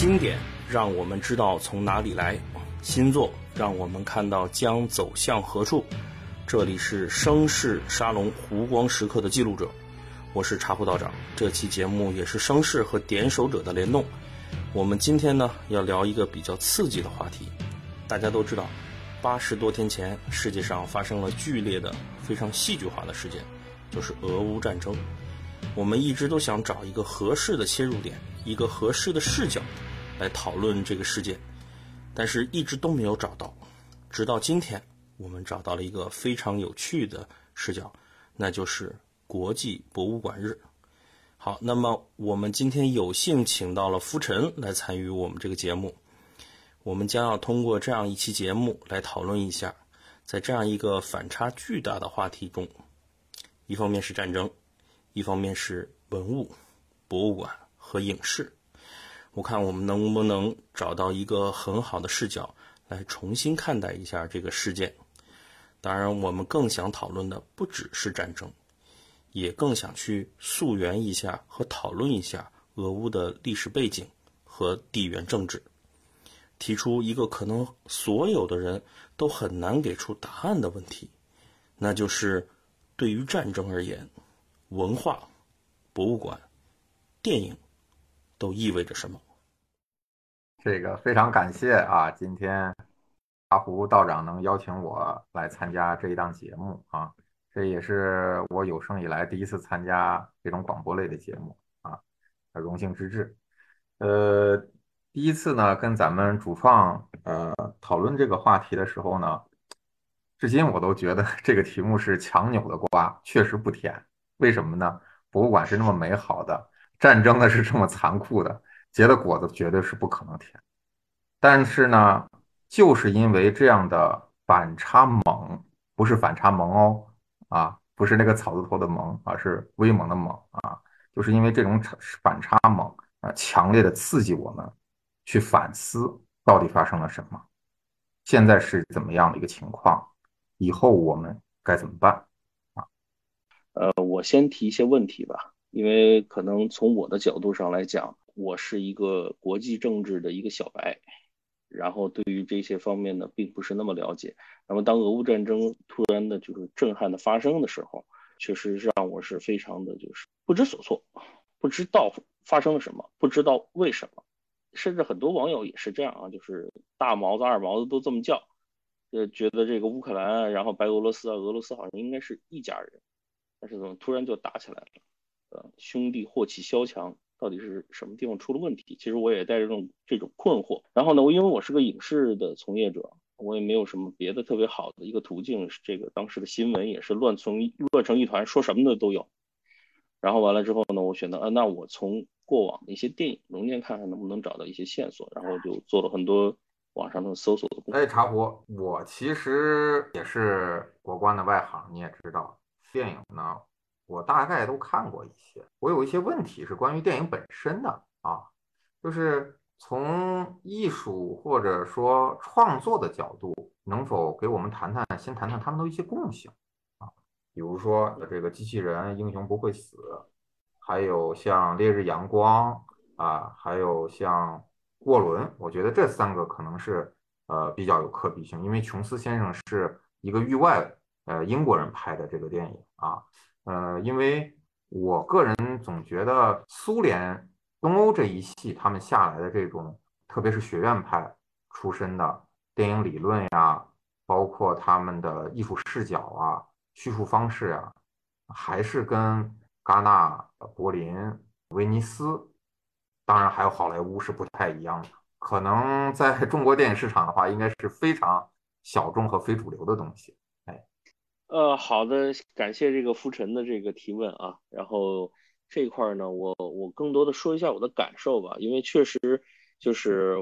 经典让我们知道从哪里来，新作让我们看到将走向何处。这里是声势沙龙湖光时刻的记录者，我是茶壶道长。这期节目也是声势和点手者的联动。我们今天呢要聊一个比较刺激的话题。大家都知道80多天前世界上发生了剧烈的非常戏剧化的事件，就是俄乌战争。我们一直都想找一个合适的切入点，一个合适的视角来讨论这个事件，但是一直都没有找到。直到今天我们找到了一个非常有趣的视角，那就是国际博物馆日。好，那么我们今天有幸请到了夫尘来参与我们这个节目。我们将要通过这样一期节目来讨论一下，在这样一个反差巨大的话题中，一方面是战争，一方面是文物、博物馆和影视。我看我们能不能找到一个很好的视角来重新看待一下这个事件。当然我们更想讨论的不只是战争，也更想去溯源一下和讨论一下俄乌的历史背景和地缘政治，提出一个可能所有的人都很难给出答案的问题，那就是对于战争而言，文化、博物馆、电影都意味着什么？ 这个非常感谢啊，今天茶壶道长能邀请我来参加这一档节目啊，这也是我有生以来第一次参加这种广播类的节目啊，荣幸之至。呃，第一次呢跟咱们主创讨论这个话题的时候呢，至今我都觉得这个题目是强扭的瓜，确实不甜。为什么呢？博物馆是那么美好的，战争呢是这么残酷的，结的果子绝对是不可能甜。但是呢，就是因为这样的反差萌，不是反差萌哦，啊，不是那个草字头的萌，而是威猛的猛啊，就是因为这种反差萌啊，强烈的刺激我们去反思到底发生了什么，现在是怎么样的一个情况，以后我们该怎么办啊？ 我先提一些问题吧，因为可能从我的角度上来讲，我是一个国际政治的一个小白，然后对于这些方面呢，并不是那么了解。那么当俄乌战争突然的就是震撼的发生的时候，确实让我是非常的就是不知所措，不知道发生了什么，不知道为什么，甚至很多网友也是这样啊，就是大毛子、二毛子都这么叫，觉得这个乌克兰啊，然后白俄罗斯啊，俄罗斯好像应该是一家人。但是怎么突然就打起来了？兄弟祸起萧墙，到底是什么地方出了问题？其实我也带着这种困惑。然后呢，因为我是个影视的从业者，我也没有什么别的特别好的一个途径。这个当时的新闻也是乱成一团，说什么的都有。然后完了之后呢，我选择那我从过往的一些电影中间看看能不能找到一些线索，然后就做了很多网上的搜索的功哎， 夫。 茶壶，我其实也是国关的外行，你也知道，电影呢，我大概都看过一些。我有一些问题是关于电影本身的啊，就是从艺术或者说创作的角度，能否给我们先谈谈他们的一些共性啊？比如说这个机器人英雄不会死，还有像烈日阳光啊，还有像沃伦，我觉得这三个可能是比较有可比性，因为琼斯先生是一个域外英国人拍的这个电影啊，因为我个人总觉得苏联东欧这一系他们下来的这种，特别是学院派出身的电影理论呀，包括他们的艺术视角啊、叙述方式呀，还是跟戛纳、柏林、威尼斯，当然还有好莱坞是不太一样的。可能在中国电影市场的话，应该是非常小众和非主流的东西。哎， 好的，感谢这个浮尘的这个提问啊。然后这一块儿呢，我更多的说一下我的感受吧，因为确实就是，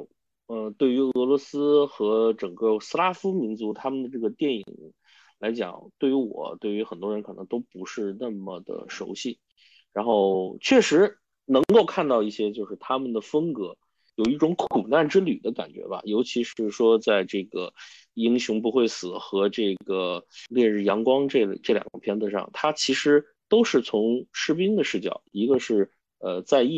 对于俄罗斯和整个斯拉夫民族他们的这个电影来讲，对于很多人可能都不是那么的熟悉。然后确实能够看到一些就是他们的风格，有一种苦难之旅的感觉吧。尤其是说在这个《英雄不会死》和这个《烈日阳光》这两个片子上，它其实都是从士兵的视角，一个是在役的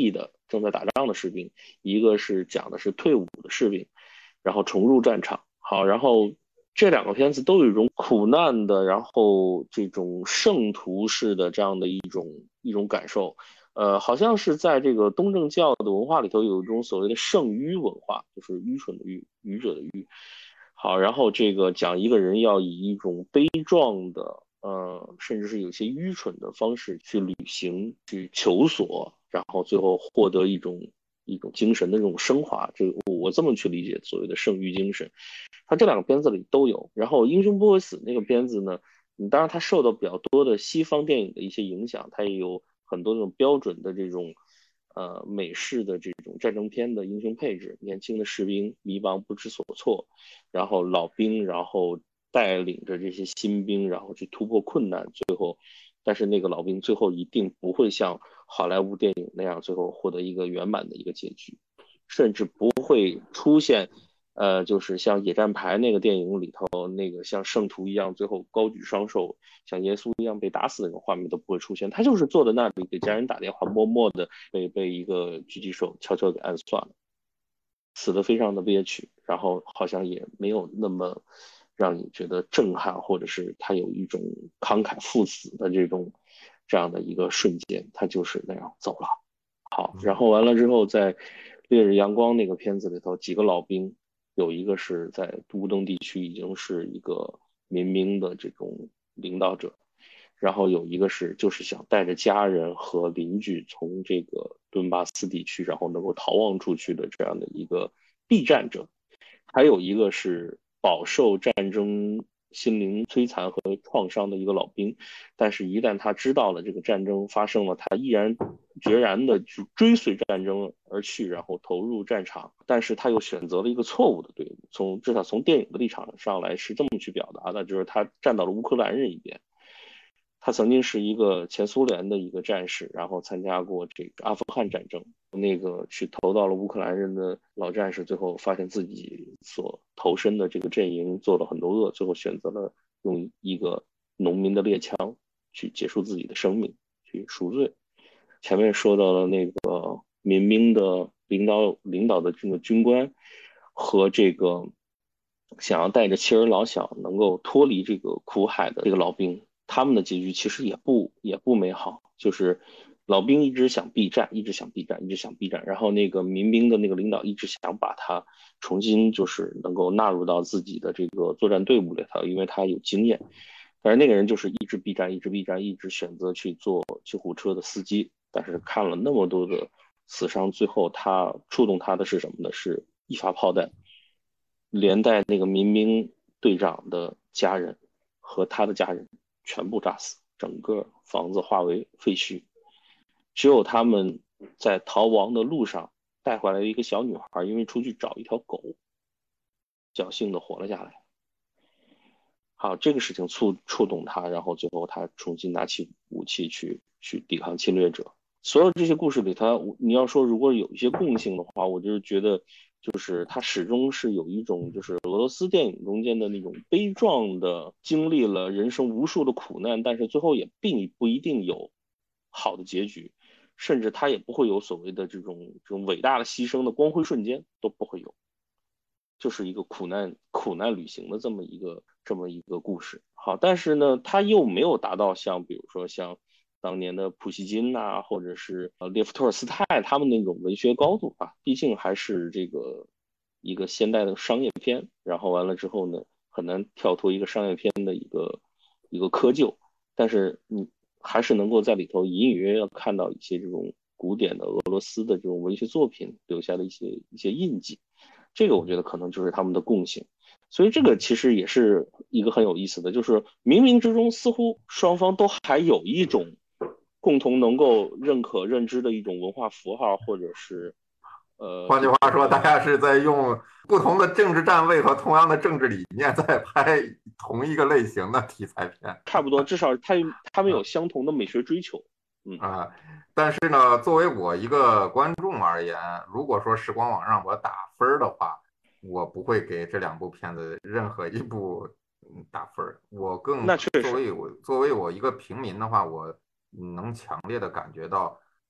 正在打仗的士兵，一个是讲的是退伍的士兵，然后重入战场。好，然后这两个片子都有一种苦难的，然后这种圣徒式的这样的一种感受。好像是在这个东正教的文化里头有一种所谓的圣愚文化，就是愚蠢的愚，愚者的愚。好，然后这个讲一个人要以一种悲壮的，甚至是有些愚蠢的方式去旅行，去求索，然后最后获得一种精神的这种升华。这个我这么去理解所谓的圣愚精神，它这两个片子里都有。然后《英雄不会死》那个片子呢，当然它受到比较多的西方电影的一些影响，它也有很多这种标准的这种美式的这种战争片的英雄配置，年轻的士兵迷茫不知所措，然后老兵然后带领着这些新兵然后去突破困难，最后但是那个老兵最后一定不会像好莱坞电影那样最后获得一个圆满的一个结局，甚至不会出现就是像野战排那个电影里头那个像圣徒一样最后高举双手像耶稣一样被打死的那种画面都不会出现，他就是坐在那里给家人打电话，默默的被一个狙击手悄悄给暗算了，死得非常的憋屈，然后好像也没有那么让你觉得震撼，或者是他有一种慷慨赴死的这样的一个瞬间，他就是那样走了。好，然后完了之后，在烈日阳光那个片子里头，几个老兵，有一个是在乌登地区已经是一个民兵的这种领导者，然后有一个是就是想带着家人和邻居从这个顿巴斯地区，然后能够逃亡出去的这样的一个避战者，还有一个是饱受战争心灵摧残和创伤的一个老兵，但是一旦他知道了这个战争发生了，他毅然决然的去追随战争而去，然后投入战场，但是他又选择了一个错误的队伍，至少从电影的立场上来是这么去表达的，就是他站到了乌克兰人一边。他曾经是一个前苏联的一个战士，然后参加过这个阿富汗战争，那个去投到了乌克兰人的老战士，最后发现自己所投身的这个阵营做了很多恶，最后选择了用一个农民的猎枪去结束自己的生命，去赎罪。前面说到了那个民兵的领导的这个军官和这个想要带着妻儿老小能够脱离这个苦海的这个老兵，他们的结局其实也不美好，就是老兵一直想避战，一直想避战，一直想避战，然后那个民兵的那个领导一直想把他重新就是能够纳入到自己的这个作战队伍里头，因为他有经验。但是那个人就是一直避战，一直避战，一直选择去做救护车的司机。但是看了那么多的死伤，最后他触动他的是什么呢？是一发炮弹，连带那个民兵队长的家人和他的家人全部炸死，整个房子化为废墟。只有他们在逃亡的路上带回来的一个小女孩，因为出去找一条狗，侥幸的活了下来。好，这个事情触动他，然后最后他重新拿起武器去抵抗侵略者。所有这些故事里，你要说如果有一些共性的话，我就是觉得，就是它始终是有一种就是俄罗斯电影中间的那种悲壮的，经历了人生无数的苦难，但是最后也并不一定有好的结局，甚至他也不会有所谓的这种伟大的牺牲的光辉瞬间都不会有。就是一个苦难旅行的这么一个故事。好，但是呢，他又没有达到像比如说像当年的普希金呐、或者是列夫托尔斯泰他们那种文学高度啊，毕竟还是这个一个现代的商业片，然后完了之后呢，很难跳脱一个商业片的一个窠臼，但是你还是能够在里头隐隐约约看到一些这种古典的俄罗斯的这种文学作品留下的一些印记。这个我觉得可能就是他们的共性，所以这个其实也是一个很有意思的，就是冥冥之中似乎双方都还有一种共同能够认可认知的一种文化符号，或者是换句话说，大家是在用不同的政治站位和同样的政治理念在拍同一个类型的题材片， 差不多，至少他们有相同的美学追求。 但是呢，作为我一个观众而言，如果说时光网让我打分的话，我不会给这两部片子任何一部打分。我更那确实， 作为我一个平民的话，我能强烈的感觉到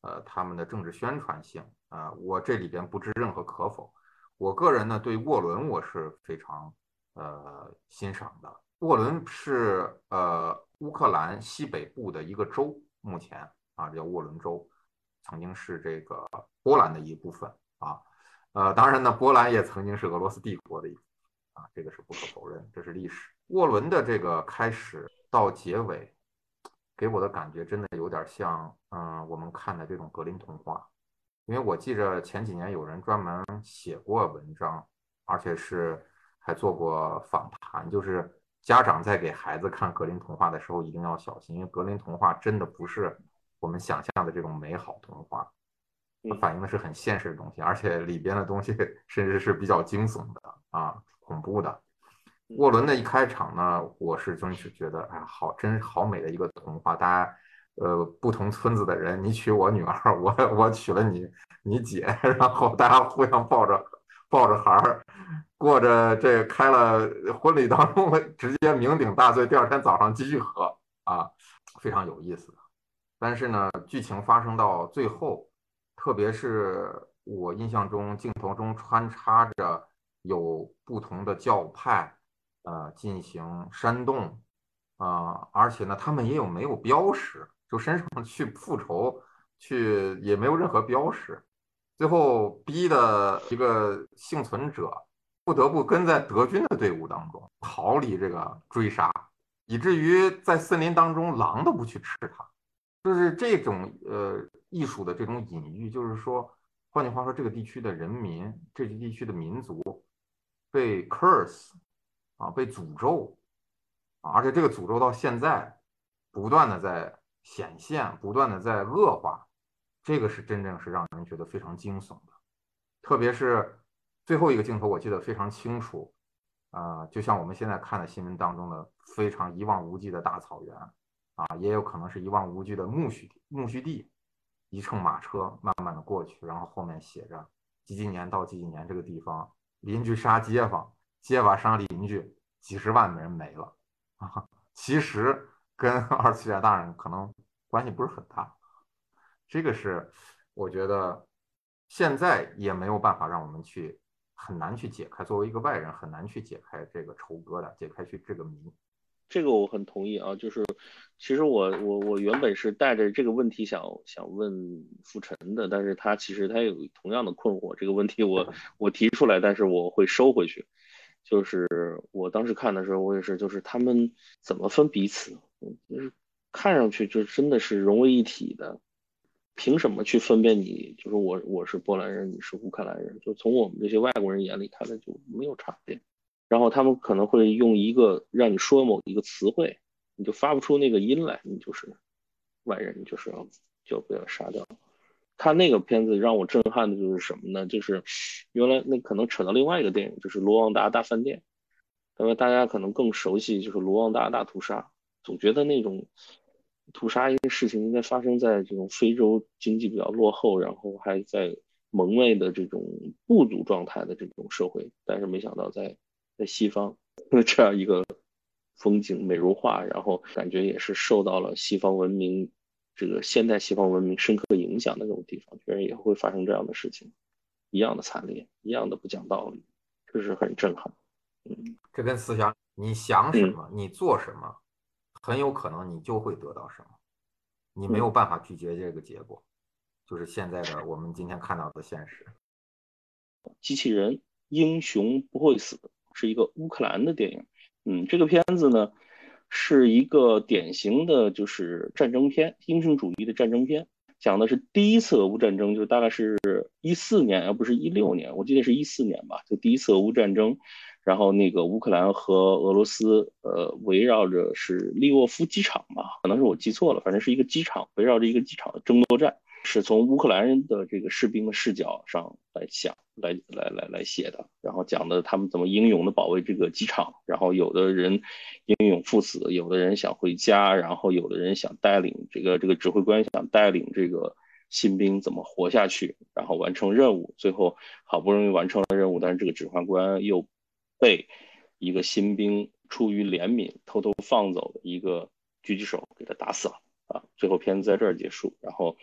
他们的政治宣传性我这里边不置任何可否。我个人呢对沃伦我是非常欣赏的。沃伦是乌克兰西北部的一个州，目前叫沃伦州，曾经是这个波兰的一部分当然呢，波兰也曾经是俄罗斯帝国的一部分这个是不可否认，这是历史。沃伦的这个开始到结尾，给我的感觉真的有点像我们看的这种格林童话。因为我记着前几年有人专门写过文章，而且是还做过访谈，就是家长在给孩子看格林童话的时候一定要小心，因为格林童话真的不是我们想象的这种美好童话，它反映的是很现实的东西，而且里边的东西甚至是比较惊悚的恐怖的。沃伦的一开场呢，我是真是觉得好，真好美的一个童话。大家不同村子的人，你娶我女儿，我娶了你姐，然后大家互相抱着孩儿，过着这个开了婚礼当中直接酩酊大醉，第二天早上继续喝非常有意思。但是呢，剧情发生到最后，特别是我印象中镜头中穿插着有不同的教派进行煽动而且呢，他们也没有标识，就身上去复仇去也没有任何标识，最后逼的一个幸存者不得不跟在德军的队伍当中逃离这个追杀，以至于在森林当中狼都不去吃它。就是这种艺术的这种隐喻，就是说，换句话说，这个地区的人民，这个地区的民族被 curse 被诅咒而且这个诅咒到现在不断的在显现，不断的在恶化，这个是真正是让人觉得非常惊悚的。特别是最后一个镜头，我记得非常清楚就像我们现在看的新闻当中的非常一望无际的大草原也有可能是一望无际的苜蓿地，一乘马车慢慢的过去，然后后面写着几几年到几几年这个地方邻居杀街坊，街坊杀邻居，几十万人没了其实跟二次世界大战可能关系不是很大。这个是我觉得现在也没有办法让我们很难去解开，作为一个外人很难去解开这个仇疙瘩，解开这个谜。 这个我很同意就是其实我原本是带着这个问题想问傅晨的，但是其实他有同样的困惑，这个问题我提出来，但是我会收回去。就是我当时看的时候，我也是，就是他们怎么分彼此，就是看上去就真的是融为一体的，凭什么去分辨你？就是我是波兰人，你是乌克兰人，就从我们这些外国人眼里看来就没有差别。然后他们可能会用一个让你说某一个词汇，你就发不出那个音来，你就是外人，你就被杀掉。看那个片子让我震撼的就是什么呢？就是原来那可能扯到另外一个电影，就是罗旺达大饭店。那么大家可能更熟悉就是罗旺达大屠杀，总觉得那种屠杀一些事情应该发生在这种非洲经济比较落后，然后还在蒙昧的这种部族状态的这种社会，但是没想到在西方这样一个风景美如画，然后感觉也是受到了西方文明这个现代西方文明深刻影响的这种地方，居然也会发生这样的事情，一样的惨烈，一样的不讲道理，这是很震撼。 这跟思想，你想什嗯么，你做什么，很有可能你就会得到什么，你没有嗯。 办法拒绝这个结果，就是现在的我们今天看到的现实。 机器人英雄不会死是一个乌克兰的电影。这个片子呢是一个典型的就是战争片，英雄主义的战争片，讲的是第一次俄乌战争，就大概是14年，而不是16年，我记得是14年吧，就第一次俄乌战争。然后那个乌克兰和俄罗斯，围绕着是利沃夫机场吧，可能是我记错了，反正是一个机场，围绕着一个机场的争夺战。是从乌克兰人的这个士兵的视角上来想，来写的，然后讲的他们怎么英勇的保卫这个机场，然后有的人英勇赴死，有的人想回家，然后有的人想带领这个指挥官想带领这个新兵怎么活下去，然后完成任务，最后好不容易完成了任务，但是这个指挥官又被一个新兵出于怜悯偷偷放走的一个狙击手给他打死了最后片子在这儿结束，然后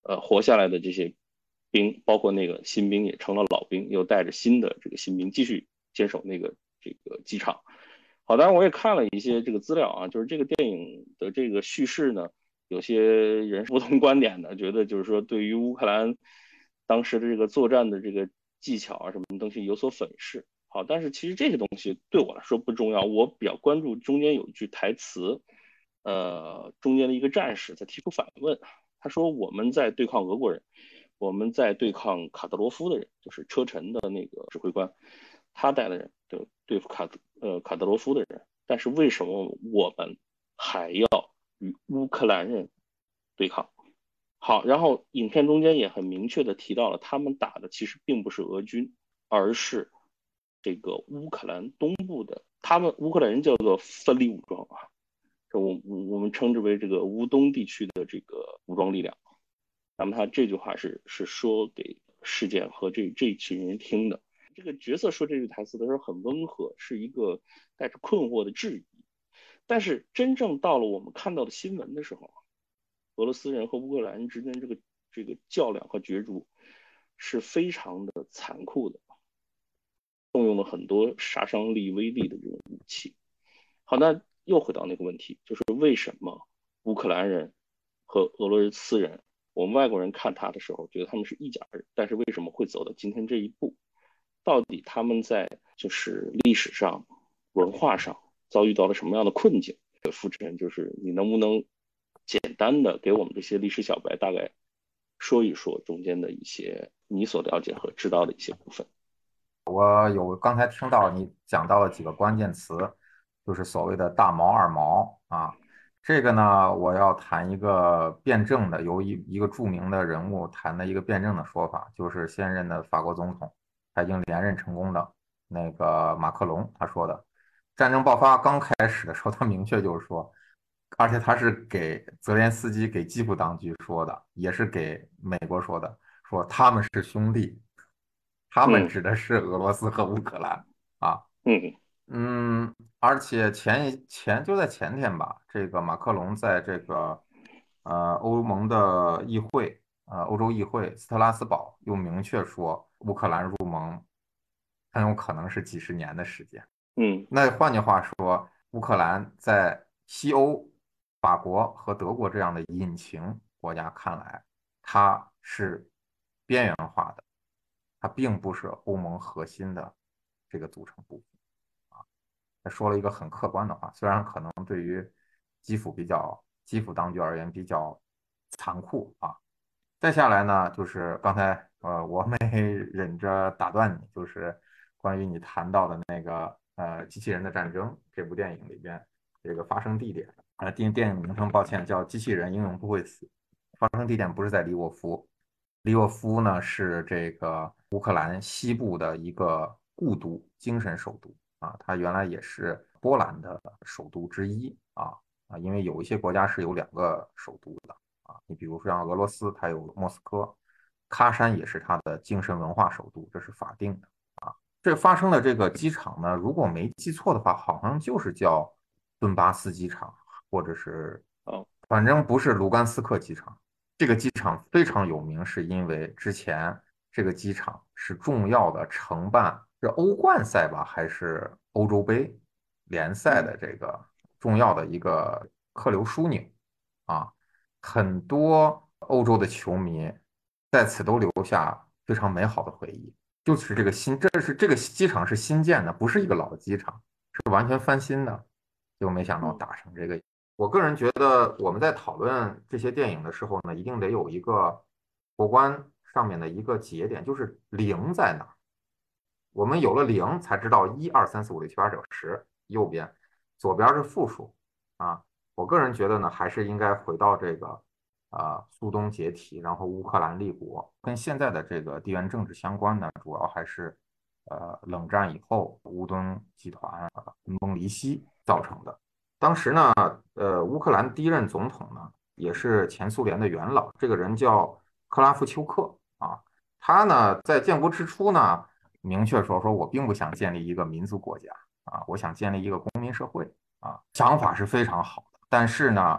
活下来的这些兵，包括那个新兵也成了老兵，又带着新的这个新兵继续坚守这个机场。好，当然我也看了一些这个资料啊，就是这个电影的这个叙事呢，有些人是不同观点的，觉得就是说对于乌克兰当时的这个作战的这个技巧啊什么东西有所粉饰。好，但是其实这些东西对我来说不重要，我比较关注中间有一句台词，中间的一个战士在提出反问，他说我们在对抗俄国人，我们在对抗卡德罗夫的人，就是车臣的那个指挥官，他带的人就对付卡德罗夫的人，但是为什么我们还要与乌克兰人对抗？好，然后影片中间也很明确的提到了，他们打的其实并不是俄军，而是这个乌克兰东部的，他们乌克兰人叫做分离武装啊，我们称之为这个乌东地区的这个武装力量。那么他这句话是说给事件和这一群人听的。这个角色说这句台词的时候很温和，是一个带着困惑的质疑。但是真正到了我们看到的新闻的时候，俄罗斯人和乌克兰人之间这个较量和角逐是非常的残酷的，动用了很多杀伤力、威力的这种武器。好，那又回到那个问题，就是为什么乌克兰人和俄罗斯人，我们外国人看他的时候觉得他们是一家人，但是为什么会走到今天这一步？到底他们在就是历史上、文化上遭遇到了什么样的困境？负责人就是你能不能简单的给我们这些历史小白大概说一说中间的一些你所了解和知道的一些部分？ 我刚才听到你讲到了几个关键词，就是所谓的大毛二毛啊。这个呢，我要谈一个辩证的，由一个著名的人物谈的一个辩证的说法，就是现任的法国总统，他已经连任成功的那个马克龙他说的，战争爆发刚开始的时候，他明确就是说，而且他是给泽连斯基给基辅当局说的，也是给美国说的，说他们是兄弟。他们嗯指的是俄罗斯和乌克兰啊， 嗯而且就在前天吧，这个马克龙在这个欧盟的议会欧洲议会斯特拉斯堡又明确说，乌克兰入盟很有可能是几十年的时间。 嗯那换句话说，乌克兰在西欧、法国和德国这样的引擎国家看来，它是边缘化的。它并不是欧盟核心的这个组成部分啊。他说了一个很客观的话，虽然可能对于基辅当局而言比较残酷啊。再下来呢，就是刚才我没忍着打断你，就是关于你谈到的那个机器人的战争这部电影里边这个发生地点电影名称抱歉叫《机器人英勇不会死》，发生地点不是在利沃夫，利沃夫呢是这个乌克兰西部的一个故都、精神首都啊，它原来也是波兰的首都之一因为有一些国家是有两个首都的你比如说像俄罗斯，它有莫斯科，喀山也是它的精神文化首都，这是法定的这发生的这个机场呢，如果没记错的话，好像就是叫顿巴斯机场，或者是好反正不是卢甘斯克机场。这个机场非常有名，是因为之前这个机场是重要的承办是欧冠赛吧，还是欧洲杯联赛嗯的这个重要的一个客流枢纽啊，很多欧洲的球迷在此都留下非常美好的回忆。就是这个机场是新建的，不是一个老机场，是完全翻新的，就没想到嗯打成这个。我个人觉得我们在讨论这些电影的时候呢，一定得有一个宏观上面的一个节点，就是零在哪儿。我们有了零，才知道一二三四五六七八九十，右边，左边是负数啊。我个人觉得呢，还是应该回到这个苏东解体，然后乌克兰立国，跟现在的这个地缘政治相关的，主要还是冷战以后乌东集团分崩离析造成的。当时呢，乌克兰第一任总统呢，也是前苏联的元老，这个人叫克拉夫丘克啊。他呢，在建国之初呢，明确说我并不想建立一个民族国家我想建立一个公民社会想法是非常好的。但是呢，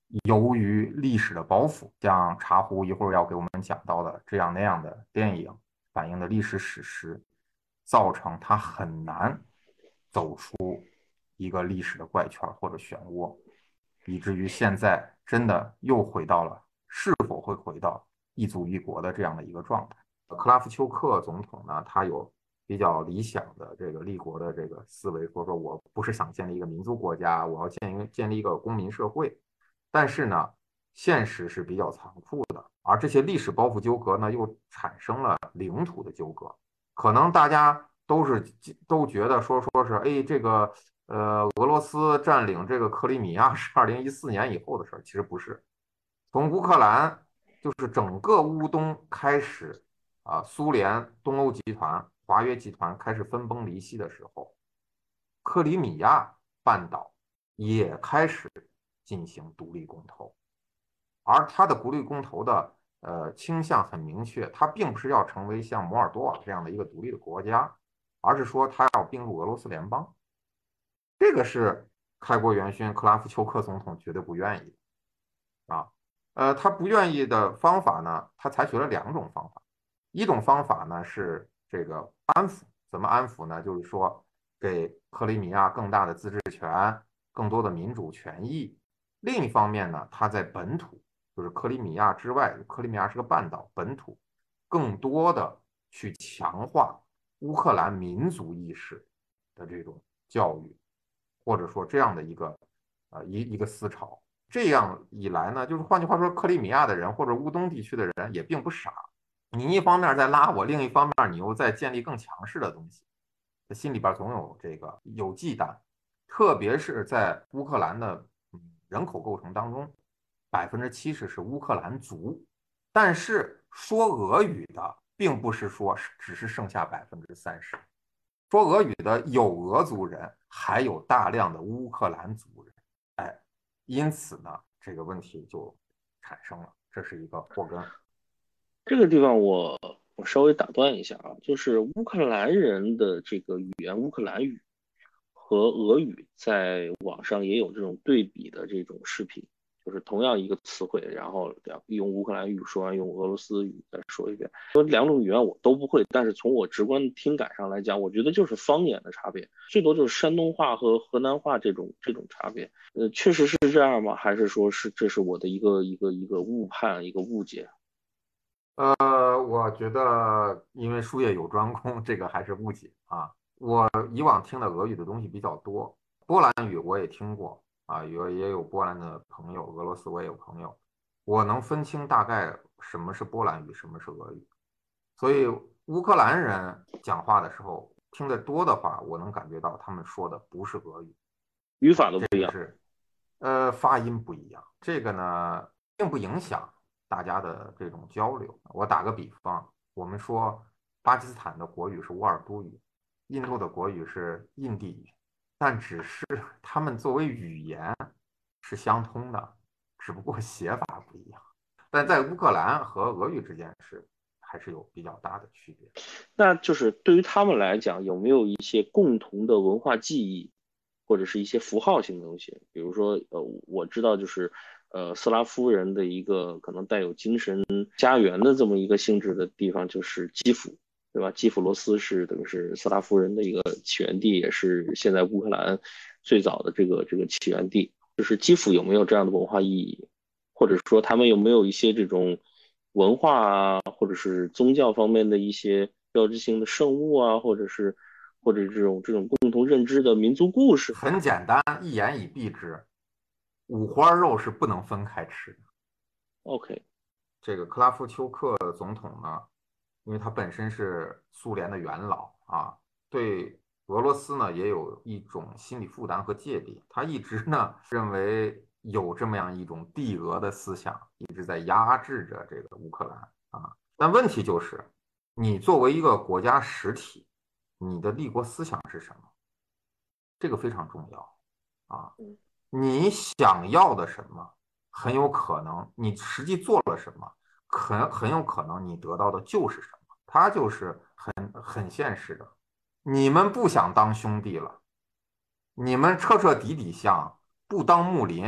由于历史的包袱，像茶壶一会儿要给我们讲到的这样那样的电影反映的历史史实，造成它很难走出一个历史的怪圈或者漩涡，以至于现在真的又回到了是否会回到一族一国的这样的一个状态。克拉夫丘克总统呢，他有比较理想的这个立国的这个思维，说我不是想建立一个民族国家，我要建立一个公民社会。但是呢，现实是比较残酷的，而这些历史包袱纠葛呢，又产生了领土的纠葛。可能大家都觉得说是，哎，这个俄罗斯占领这个克里米亚是2014年以后的事儿，其实不是。从乌克兰就是整个乌东开始啊，苏联、东欧集团、华约集团开始分崩离析的时候，克里米亚半岛也开始进行独立公投，而它的独立公投的倾向很明确，它并不是要成为像摩尔多瓦这样的一个独立的国家，而是说它要并入俄罗斯联邦。这个是开国元勋克拉夫丘克总统绝对不愿意的啊。他不愿意的方法呢，他采取了两种方法。一种方法呢是这个安抚，怎么安抚呢？就是说给克里米亚更大的自治权，更多的民主权益。另一方面呢，他在本土，就是克里米亚之外，克里米亚是个半岛，本土更多的去强化乌克兰民族意识的这种教育，或者说这样的一个思潮。这样一来呢，就是换句话说，克里米亚的人或者乌东地区的人也并不傻。你一方面在拉我，另一方面你又在建立更强势的东西，他心里边总有这个有忌惮。特别是在乌克兰的人口构成当中，70%是乌克兰族，但是说俄语的并不是说只是剩下30%，说俄语的有俄族人，还有大量的乌克兰族人。哎，因此呢，这个问题就产生了，这是一个祸根。 这个地方我稍微打断一下啊，就是乌克兰人的这个语言乌克兰语和俄语在网上也有这种对比的这种视频，就是同样一个词汇，然后用乌克兰语说完，用俄罗斯语再说一遍。说两种语言我都不会，但是从我直观听感上来讲，我觉得就是方言的差别，最多就是山东话和河南话这种差别。确实是这样吗？还是说这是我的一个误判，一个误解？ 我觉得因为术业有专攻，这个还是误解啊。我以往听的俄语的东西比较多，波兰语我也听过啊，也有波兰的朋友，俄罗斯我也有朋友，我能分清大概什么是波兰语，什么是俄语。所以乌克兰人讲话的时候听得多的话，我能感觉到他们说的不是俄语， 语法都不一样。 这个是发音不一样，这个呢并不影响大家的这种交流。我打个比方，我们说巴基斯坦的国语是乌尔都语，印度的国语是印地语，但只是他们作为语言是相通的，只不过写法不一样。但在乌克兰和俄语之间还是有比较大的区别。 那就是对于他们来讲，有没有一些共同的文化记忆，或者是一些符号性的东西？比如说，我知道就是斯拉夫人的一个可能带有精神家园的这么一个性质的地方，就是基辅，对吧？基辅罗斯是等于是斯拉夫人的一个起源地，也是现在乌克兰最早的这个起源地。就是基辅有没有这样的文化意义？或者说他们有没有一些这种文化啊，或者是宗教方面的一些标志性的圣物啊，或者这种共同认知的民族故事。 很简单，一言以蔽之，五花肉是不能分开吃的。 OK。 这个克拉夫丘克总统呢，因为他本身是苏联的元老啊，对俄罗斯呢也有一种心理负担和芥蒂。他一直呢认为有这么样一种帝俄的思想，一直在压制着这个乌克兰啊。但问题就是，你作为一个国家实体，你的立国思想是什么？这个非常重要啊。你想要的什么，很有可能你实际做了什么，很有可能你得到的就是什么。它就是很现实的。你们不想当兄弟了，你们彻彻底底像不当睦邻，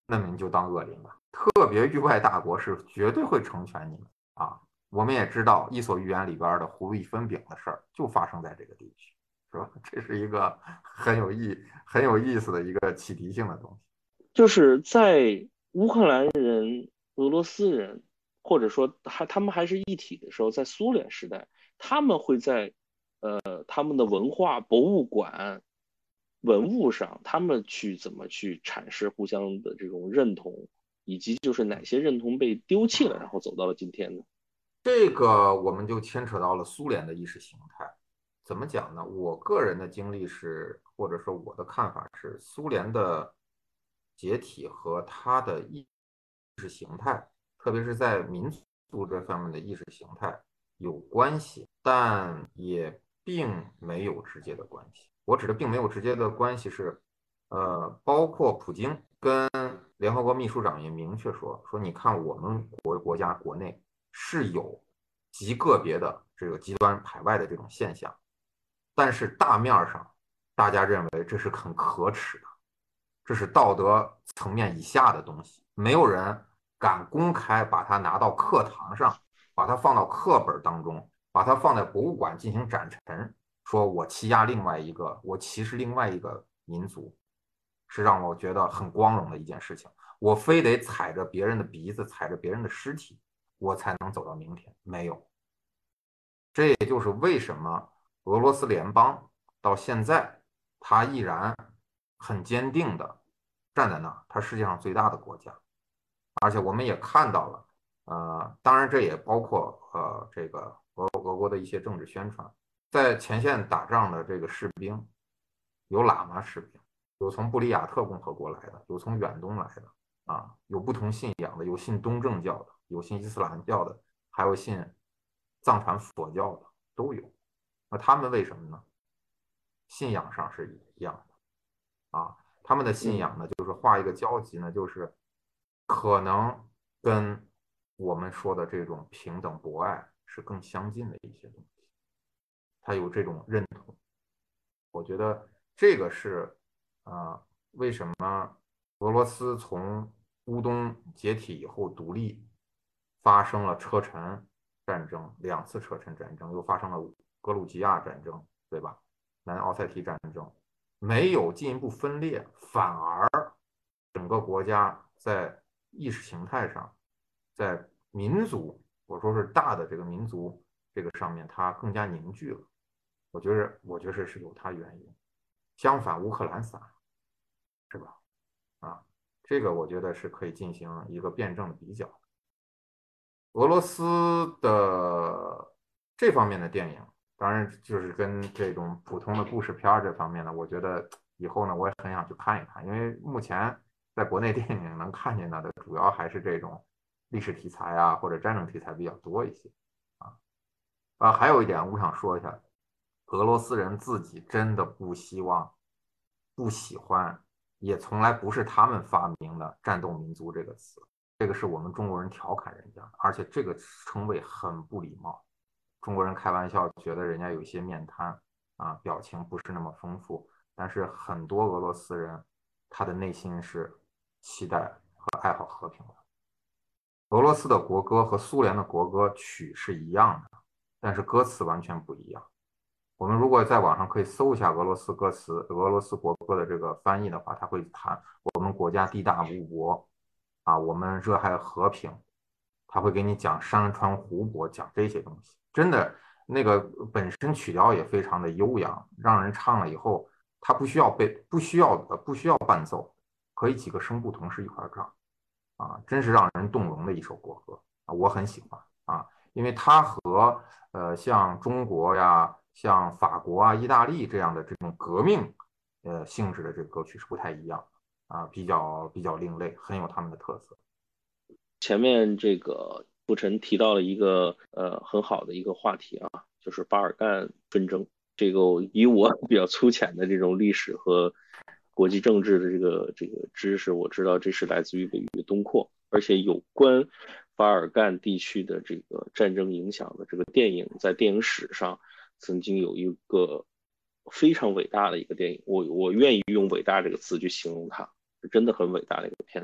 那么你就当恶邻吧。特别域外大国是绝对会成全你们啊。我们也知道《伊索寓言》里边的胡律分饼的事儿就发生在这个地区，是吧？这是一个很有意思的一个启迪性的东西。 就是在乌克兰人、俄罗斯人，或者说他们还是一体的时候，在苏联时代，他们会在他们的文化博物馆、文物上，他们去怎么去阐释互相的这种认同，以及就是哪些认同被丢弃了，然后走到了今天呢？ 这个我们就牵扯到了苏联的意识形态。怎么讲呢？我个人的经历是，或者说我的看法是，苏联的解体和它的意识形态，特别是在民族这方面的意识形态有关系，但也并没有直接的关系。我指的并没有直接的关系是，包括普京跟联合国秘书长也明确说，你看我们国家国内是有极个别的这个极端排外的这种现象，但是大面上大家认为这是很可耻的，这是道德层面以下的东西，没有人敢公开把它拿到课堂上，把它放到课本当中，把它放在博物馆进行展陈，说我欺压另外一个，我歧视另外一个民族，是让我觉得很光荣的一件事情。我非得踩着别人的鼻子，踩着别人的尸体，我才能走到明天。没有，这也就是为什么俄罗斯联邦到现在，它依然很坚定的站在那儿，它世界上最大的国家。而且我们也看到了，当然这也包括这个俄国的一些政治宣传，在前线打仗的这个士兵，有喇嘛士兵，有从布里亚特共和国来的，有从远东来的，有不同信仰的，有信东正教的，有信伊斯兰教的，还有信藏传佛教的，都有。那他们为什么呢？信仰上是一样的他们的信仰呢，就是画一个交集呢，就是可能跟我们说的这种平等博爱是更相近的一些东西，他有这种认同。我觉得这个是为什么俄罗斯从乌东解体以后独立，发生了车臣战争2次车臣战争，又发生了格鲁吉亚战争，对吧？南奥塞梯战争没有进一步分裂，反而整个国家在意识形态上，在民族，我说是大的这个民族这个上面，它更加凝聚了。我觉得这是有它原因。相反，乌克兰散，是吧？这个我觉得是可以进行一个辩证的比较。俄罗斯的这方面的电影，当然就是跟这种普通的故事片这方面呢，我觉得以后呢，我也很想去看一看，因为目前在国内电影能看见的，主要还是这种历史题材或者战争题材比较多一些啊。还有一点我想说一下，俄罗斯人自己真的不希望、不喜欢，也从来不是他们发明的“战斗民族”这个词，这个是我们中国人调侃人家，而且这个称谓很不礼貌。中国人开玩笑觉得人家有些面瘫表情不是那么丰富，但是很多俄罗斯人他的内心是期待和爱好和平的。俄罗斯的国歌和苏联的国歌曲是一样的，但是歌词完全不一样。我们如果在网上可以搜一下俄罗斯歌词、俄罗斯国歌的这个翻译的话，他会谈我们国家地大物博我们热爱和平，他会给你讲山川湖泊，讲这些东西。真的，那个本身曲调也非常的悠扬，让人唱了以后，他不需要伴奏，可以几个声部同时一块唱真是让人动容的一首国歌我很喜欢因为它和像中国呀、像法国意大利这样的这种革命性质的这个歌曲是不太一样比较另类，很有他们的特色。 前面这个傅晨提到了一个很好的一个话题就是巴尔干纷争。这个以我比较粗浅的这种历史和国际政治的这个知识，我知道这是来自于北约东扩，而且有关巴尔干地区的这个战争影响的这个电影，在电影史上曾经有一个非常伟大的一个电影，我愿意用伟大这个词去形容它，是真的很伟大的一个片子，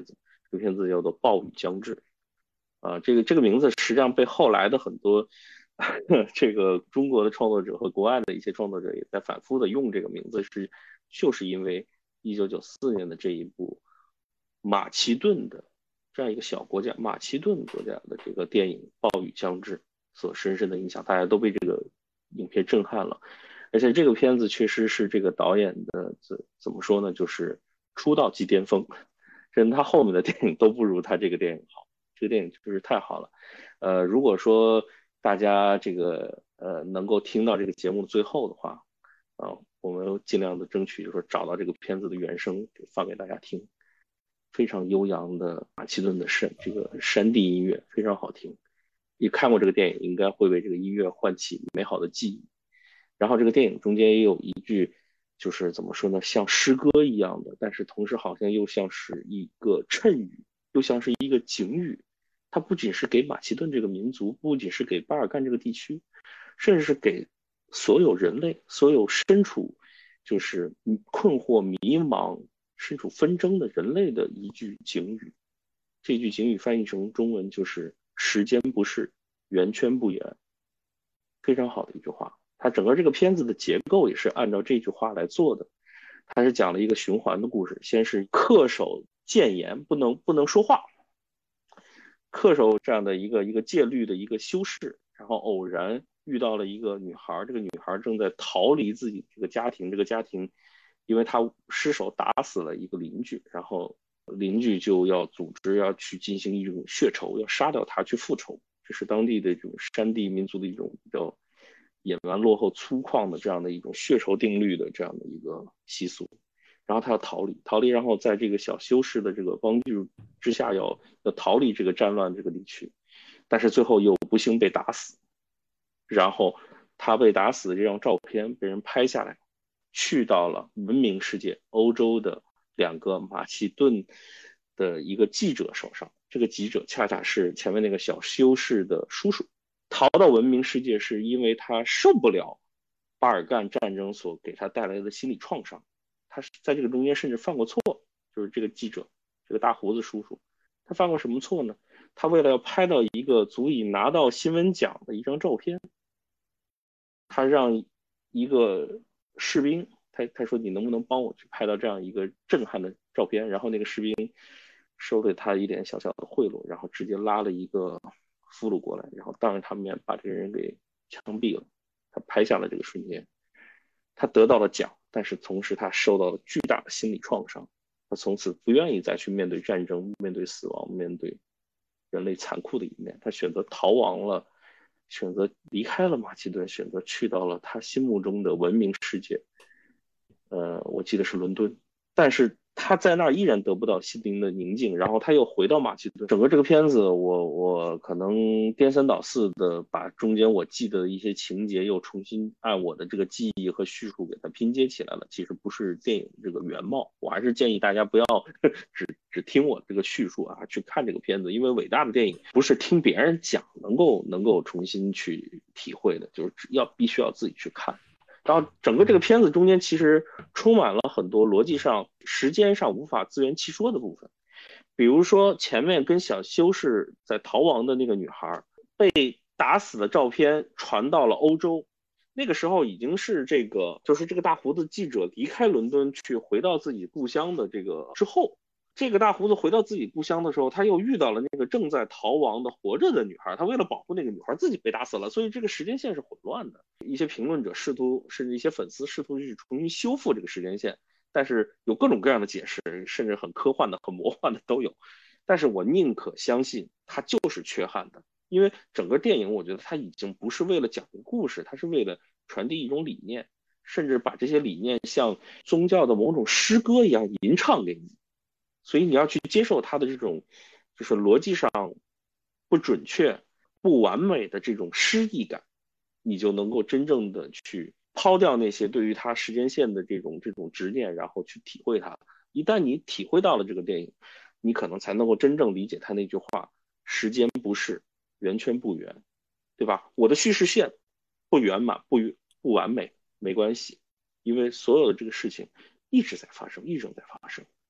这个片子叫做《暴雨将至》这个名字实际上被后来的很多这个中国的创作者和国外的一些创作者也在反复的用这个名字，就是因为1994年的这一部马其顿的这样一个小国家，马其顿国家的这个电影《暴雨将至》所深深的影响，大家都被这个影片震撼了。而且这个片子确实是这个导演的怎么说呢，就是出道即巅峰，甚至他后面的电影都不如他这个电影好。这个电影就是太好了。如果说大家这个能够听到这个节目最后的话，我们尽量的争取就是说找到这个片子的原声放给大家听，非常悠扬的马其顿的这个山地音乐非常好听。你看过这个电影，应该会为这个音乐唤起美好的记忆。然后这个电影中间也有一句，就是怎么说呢，像诗歌一样的，但是同时好像又像是一个谶语，又像是一个警语。它不仅是给马其顿这个民族，不仅是给巴尔干这个地区，甚至是给所有人类，所有身处就是困惑、迷茫、身处纷争的人类的一句警语。这句警语翻译成中文就是“时间不是，圆圈不圆”，非常好的一句话。它整个这个片子的结构也是按照这句话来做的。它是讲了一个循环的故事，先是恪守谏言，不能说话，恪守这样的一个戒律的一个修士，然后偶然遇到了一个女孩，这个女孩正在逃离自己这个家庭，这个家庭因为她失手打死了一个邻居，然后邻居就要组织要去进行一种血仇，要杀掉她去复仇。这是当地的这种山地民族的一种比较野蛮落后粗犷的这样的一种血仇定律的这样的一个习俗。然后他要逃离，然后在这个小修士的这个帮助之下要逃离这个战乱这个地区，但是最后又不幸被打死。然后他被打死的这张照片被人拍下来，去到了文明世界欧洲的2个马其顿的一个记者手上。这个记者恰恰是前面那个小修士的叔叔。逃到文明世界是因为他受不了巴尔干战争所给他带来的心理创伤。他在这个中间甚至犯过错，就是这个记者，这个大胡子叔叔，他犯过什么错呢？他为了要拍到一个足以拿到新闻奖的一张照片，他让一个士兵，他说你能不能帮我去拍到这样一个震撼的照片？然后那个士兵收了他一点小小的贿赂，然后直接拉了一个俘虏过来，然后当着他面把这个人给枪毙了。他拍下了这个瞬间，他得到了奖，但是同时他受到了巨大的心理创伤。他从此不愿意再去面对战争，面对死亡，面对人类残酷的一面。他选择逃亡了，选择离开了马其顿，选择去到了他心目中的文明世界。我记得是伦敦，但是他在那儿依然得不到心灵的宁静，然后他又回到马其顿。整个这个片子我可能颠三倒四的把中间我记得的一些情节又重新按我的这个记忆和叙述给它拼接起来了，其实不是电影这个原貌。我还是建议大家不要只听我这个叙述啊，去看这个片子，因为伟大的电影不是听别人讲能够重新去体会的，就是必须要自己去看。然后整个这个片子中间其实充满了很多逻辑上、时间上无法自圆其说的部分。比如说前面跟小修士在逃亡的那个女孩被打死的照片传到了欧洲，那个时候已经是这个大胡子记者离开伦敦去回到自己故乡的这个之后。这个大胡子回到自己故乡的时候，他又遇到了那个正在逃亡的活着的女孩，他为了保护那个女孩自己被打死了，所以这个时间线是混乱的。一些评论者甚至一些粉丝试图去重新修复这个时间线，但是有各种各样的解释，甚至很科幻的、很魔幻的都有。但是我宁可相信它就是缺憾的，因为整个电影我觉得它已经不是为了讲个故事，它是为了传递一种理念，甚至把这些理念像宗教的某种诗歌一样吟唱给你。所以你要去接受它的这种就是逻辑上不准确、不完美的这种诗意感，你就能够真正的去抛掉那些对于它时间线的这种执念，然后去体会它。一旦你体会到了这个电影，你可能才能够真正理解它那句话：时间不是，圆圈不圆，对吧？我的叙事线不圆满、不完美没关系，因为所有的这个事情一直在发生，一直在发生。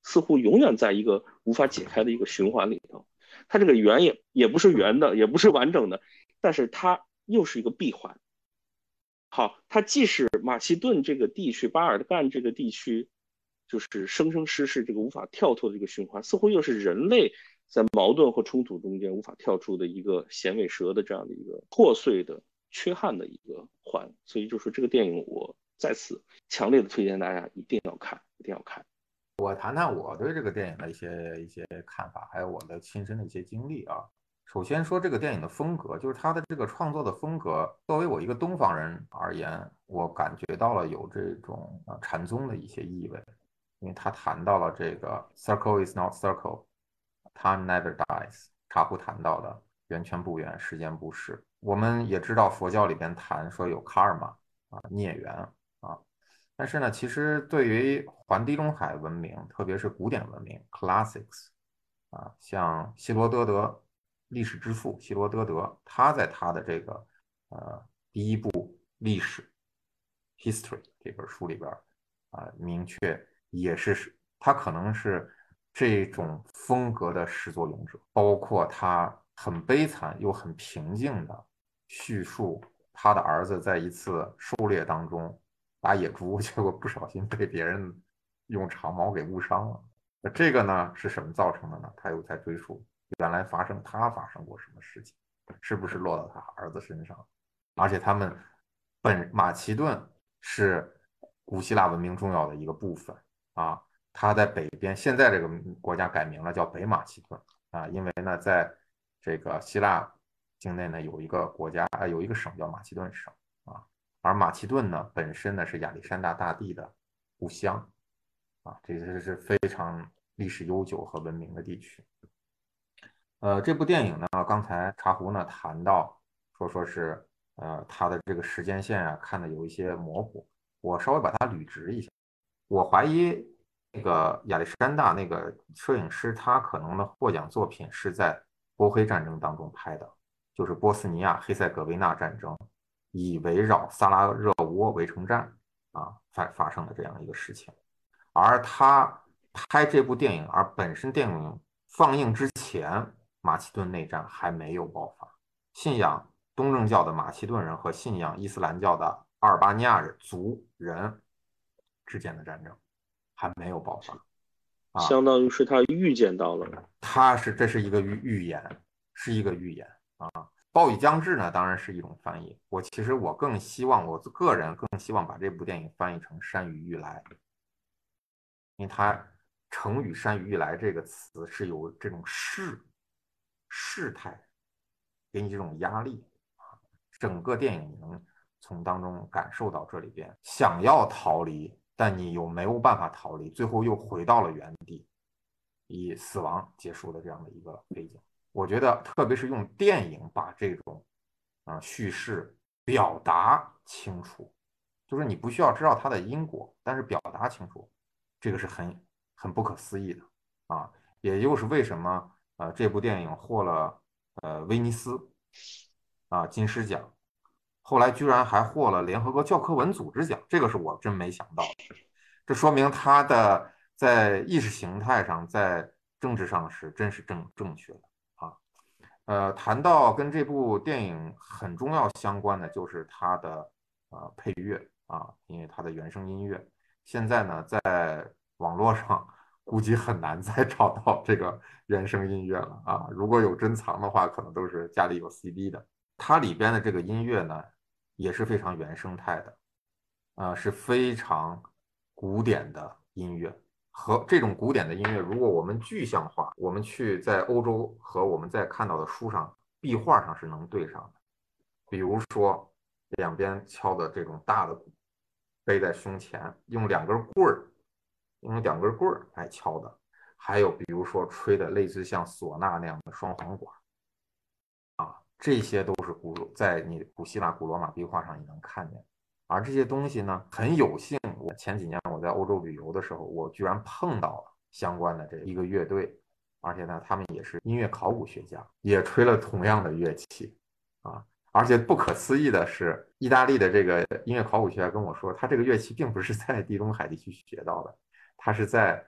似乎永远在一个无法解开的一个循环里头。它这个圆也不是圆的，也不是完整的，但是它又是一个闭环。好，它既是马其顿这个地区、巴尔干这个地区，就是生生世世这个无法跳脱的一个循环，似乎又是人类在矛盾或冲突中间无法跳出的一个衔尾蛇的这样的一个破碎的、缺憾的一个环。所以就是这个电影，我再次强烈的推荐大家一定要看，一定要看。 我谈谈我对这个电影的一些看法，还有我的亲身的一些经历啊。首先说这个电影的风格，就是它的这个创作的风格，作为我一个东方人而言，我感觉到了有这种禅宗的一些意味，因为他谈到了这个 circle is not circle, time never dies。茶壶谈到的圆圈不圆，时间不逝。我们也知道佛教里边谈说有 karma 孽缘啊。但是呢，其实对于环地中海文明，特别是古典文明 （classics） 像希罗多德，历史之父希罗多德，他在他的这个第一部历史 （history） 这本书里边明确也是他可能是这种风格的始作俑者，包括他很悲惨又很平静的叙述他的儿子在一次狩猎当中打野猪，结果不小心被别人用长矛给误伤了。那这个呢是什么造成的呢？他又在追溯原来他发生过什么事情，是不是落到他儿子身上？而且他们马其顿是古希腊文明重要的一个部分啊。它在北边，现在这个国家改名了，叫北马其顿啊，因为呢，在这个希腊境内呢有一个国家有一个省叫马其顿省啊。而马其顿呢本身呢是亚历山大大帝的故乡啊，这是非常历史悠久和文明的地区。这部电影呢，刚才茶壶呢谈到说是它的这个时间线啊看的有一些模糊，我稍微把它捋直一下。我怀疑那个亚历山大那个摄影师，他可能的获奖作品是在波黑战争当中拍的，就是波斯尼亚黑塞哥维那战争，以围绕萨拉热窝围城战发生的这样一个事情。而他拍这部电影，而本身电影放映之前，马其顿内战还没有爆发，信仰东正教的马其顿人和信仰伊斯兰教的阿尔巴尼亚族人之间的战争还没有爆发相当于是他预见到了， 这是一个预言，是一个预言啊。暴雨将至呢，当然是一种翻译。其实我更希望，我个人更希望把这部电影翻译成山雨欲来，因为它成语山雨欲来这个词是有这种事态，给你这种压力啊。整个电影你能从当中感受到这里边想要逃离，但你又没有办法逃离，最后又回到了原地，以死亡结束的这样的一个背景。我觉得，特别是用电影把这种叙事表达清楚，就是你不需要知道它的因果，但是表达清楚，这个是很不可思议的啊。也就是为什么这部电影获了威尼斯金狮奖，后来居然还获了联合国教科文组织奖，这个是我真没想到的。这说明他的在意识形态上，在政治上真是正确的啊。谈到跟这部电影很重要相关的就是它的配乐啊，因为它的原声音乐现在呢在网络上估计很难再找到这个原声音乐了啊。如果有珍藏的话，可能都是家里有 CD 的。它里边的这个音乐呢也是非常原生态的，是非常古典的音乐。和这种古典的音乐，如果我们具象化，我们去在欧洲和我们在看到的书上、壁画上是能对上的。比如说，两边敲的这种大的鼓，背在胸前，用两根棍儿来敲的。还有比如说吹的类似像唢呐那样的双簧管这些都是在你古希腊、古罗马壁画上你能看见。而这些东西呢，很有幸，我前几年我在欧洲旅游的时候，我居然碰到了相关的这一个乐队，而且呢，他们也是音乐考古学家，也吹了同样的乐器啊。而且不可思议的是，意大利的这个音乐考古学家跟我说，他这个乐器并不是在地中海地区学到的，他是在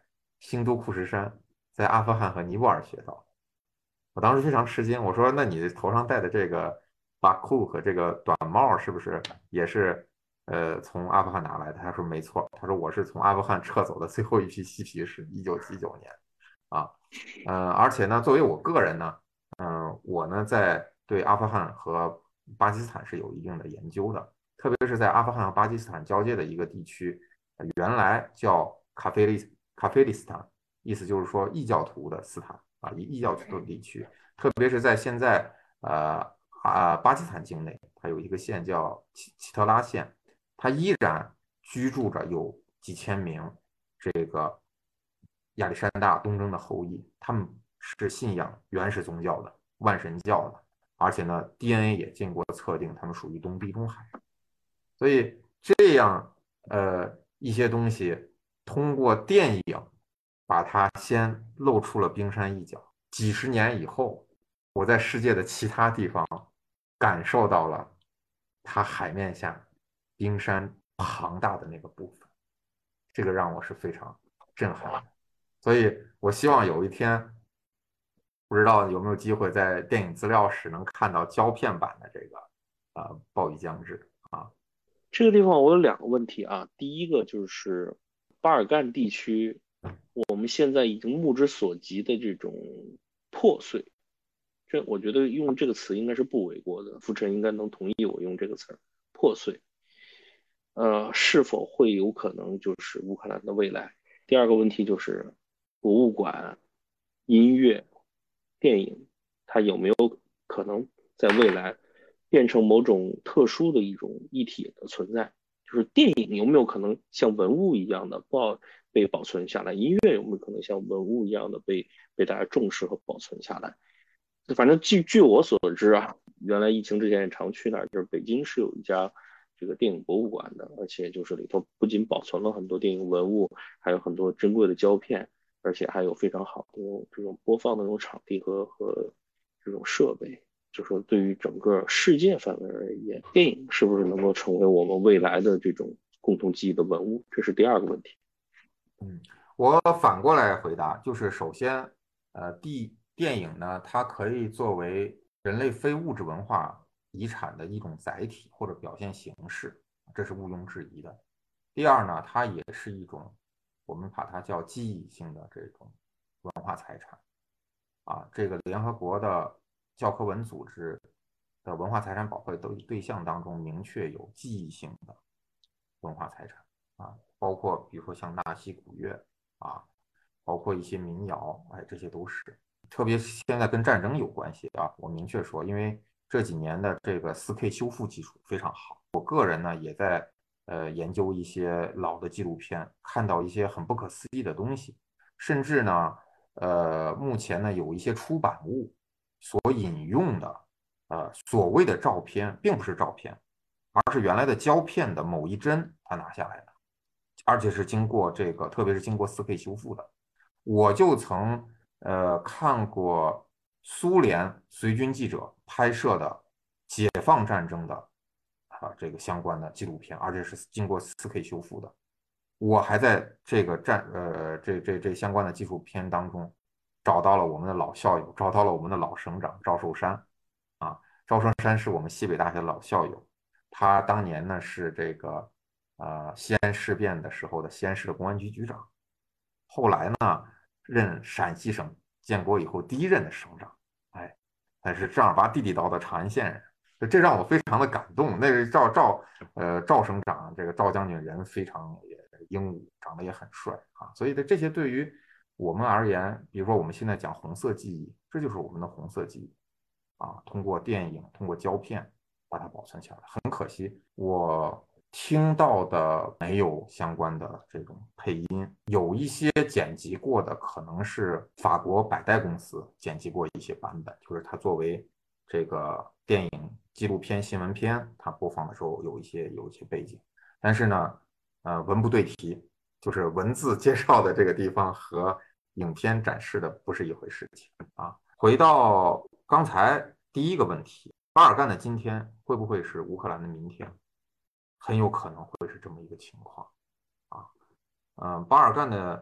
新都库什山在阿富汗和尼泊尔学到。我当时非常吃惊，我说：“那你头上戴的这个巴库和这个短帽是不是也是从阿富汗拿来的？”他说：“没错。”他说：“我是从阿富汗撤走的最后一批嬉皮士，1979年啊。而且呢，作为我个人呢，我呢在对阿富汗和巴基斯坦是有一定的研究的，特别是在阿富汗和巴基斯坦交界的一个地区，原来叫卡菲利斯坦，意思就是说异教徒的斯坦啊，异教徒的地区，特别是在现在巴基斯坦境内，它有一个县叫奇特拉县，它依然居住着有几千名这个亚历山大东征的后裔，他们是信仰原始宗教的万神教的，而且呢 DNA 也经过测定，他们属于东地中海，所以这样一些东西通过电影把它先露出了冰山一角，几十年以后，我在世界的其他地方感受到了它海面下冰山庞大的那个部分，这个让我是非常震撼的。所以我希望有一天，不知道有没有机会在电影资料室能看到胶片版的这个暴雨将至啊。 这个地方我有两个问题啊，第一个就是巴尔干地区，我们现在已经目之所及的这种破碎，这我觉得用这个词应该是不为过的，傅晨应该能同意我用这个词儿，破碎。是否会有可能就是乌克兰的未来？第二个问题就是博物馆、音乐、电影，它有没有可能在未来变成某种特殊的一种议题的存在？就是电影有没有可能像文物一样的被保存下来？音乐有没有可能像文物一样的被大家重视和保存下来？反正据我所知啊，原来疫情之前也常去那儿，就是北京是有一家这个电影博物馆的，而且就是里头不仅保存了很多电影文物，还有很多珍贵的胶片，而且还有非常好的这种播放的这种场地和这种设备。就说对于整个世界范围而言，电影是不是能够成为我们未来的这种共同记忆的文物？这是第二个问题。 我反过来回答，就是首先，电影呢，它可以作为人类非物质文化遗产的一种载体或者表现形式，这是毋庸置疑的。第二呢，它也是一种我们把它叫记忆性的这种文化财产啊。这个联合国的教科文组织的文化财产保护对象当中明确有记忆性的文化财产啊，包括比如说像纳西古乐啊，包括一些民谣，哎，这些都是。特别现在跟战争有关系啊，我明确说，因为这几年的这个4K 修复技术非常好，我个人呢也在研究一些老的纪录片，看到一些很不可思议的东西，甚至呢，目前呢有一些出版物所引用的所谓的照片，并不是照片，而是原来的胶片的某一帧他拿下来的，而且是经过这个，特别是经过4K 修复的。我就曾看过苏联随军记者拍摄的解放战争的这个相关的纪录片，而且是经过4K 修复的。我还在这个这相关的纪录片当中找到了我们的老校友，找到了我们的老省长赵寿山啊。赵寿山是我们西北大学的老校友，他当年呢是这个西安事变的时候的西安市的公安局局长，后来呢任陕西省建国以后第一任的省长，哎，他是正儿八地地道的长安县人，这让我非常的感动。那个赵省长，这个赵将军人非常英武，长得也很帅啊，所以这些对于我们而言，比如说我们现在讲红色记忆，这就是我们的红色记忆啊，通过电影，通过胶片把它保存下来。很可惜，我听到的没有相关的这种配音，有一些剪辑过的，可能是法国百代公司剪辑过一些版本，就是它作为这个电影、纪录片、新闻片，它播放的时候有一些背景，但是呢，文不对题，就是文字介绍的这个地方和影片展示的不是一回事情啊。回到刚才第一个问题，巴尔干的今天会不会是乌克兰的明天？很有可能会是这么一个情况啊。巴尔干的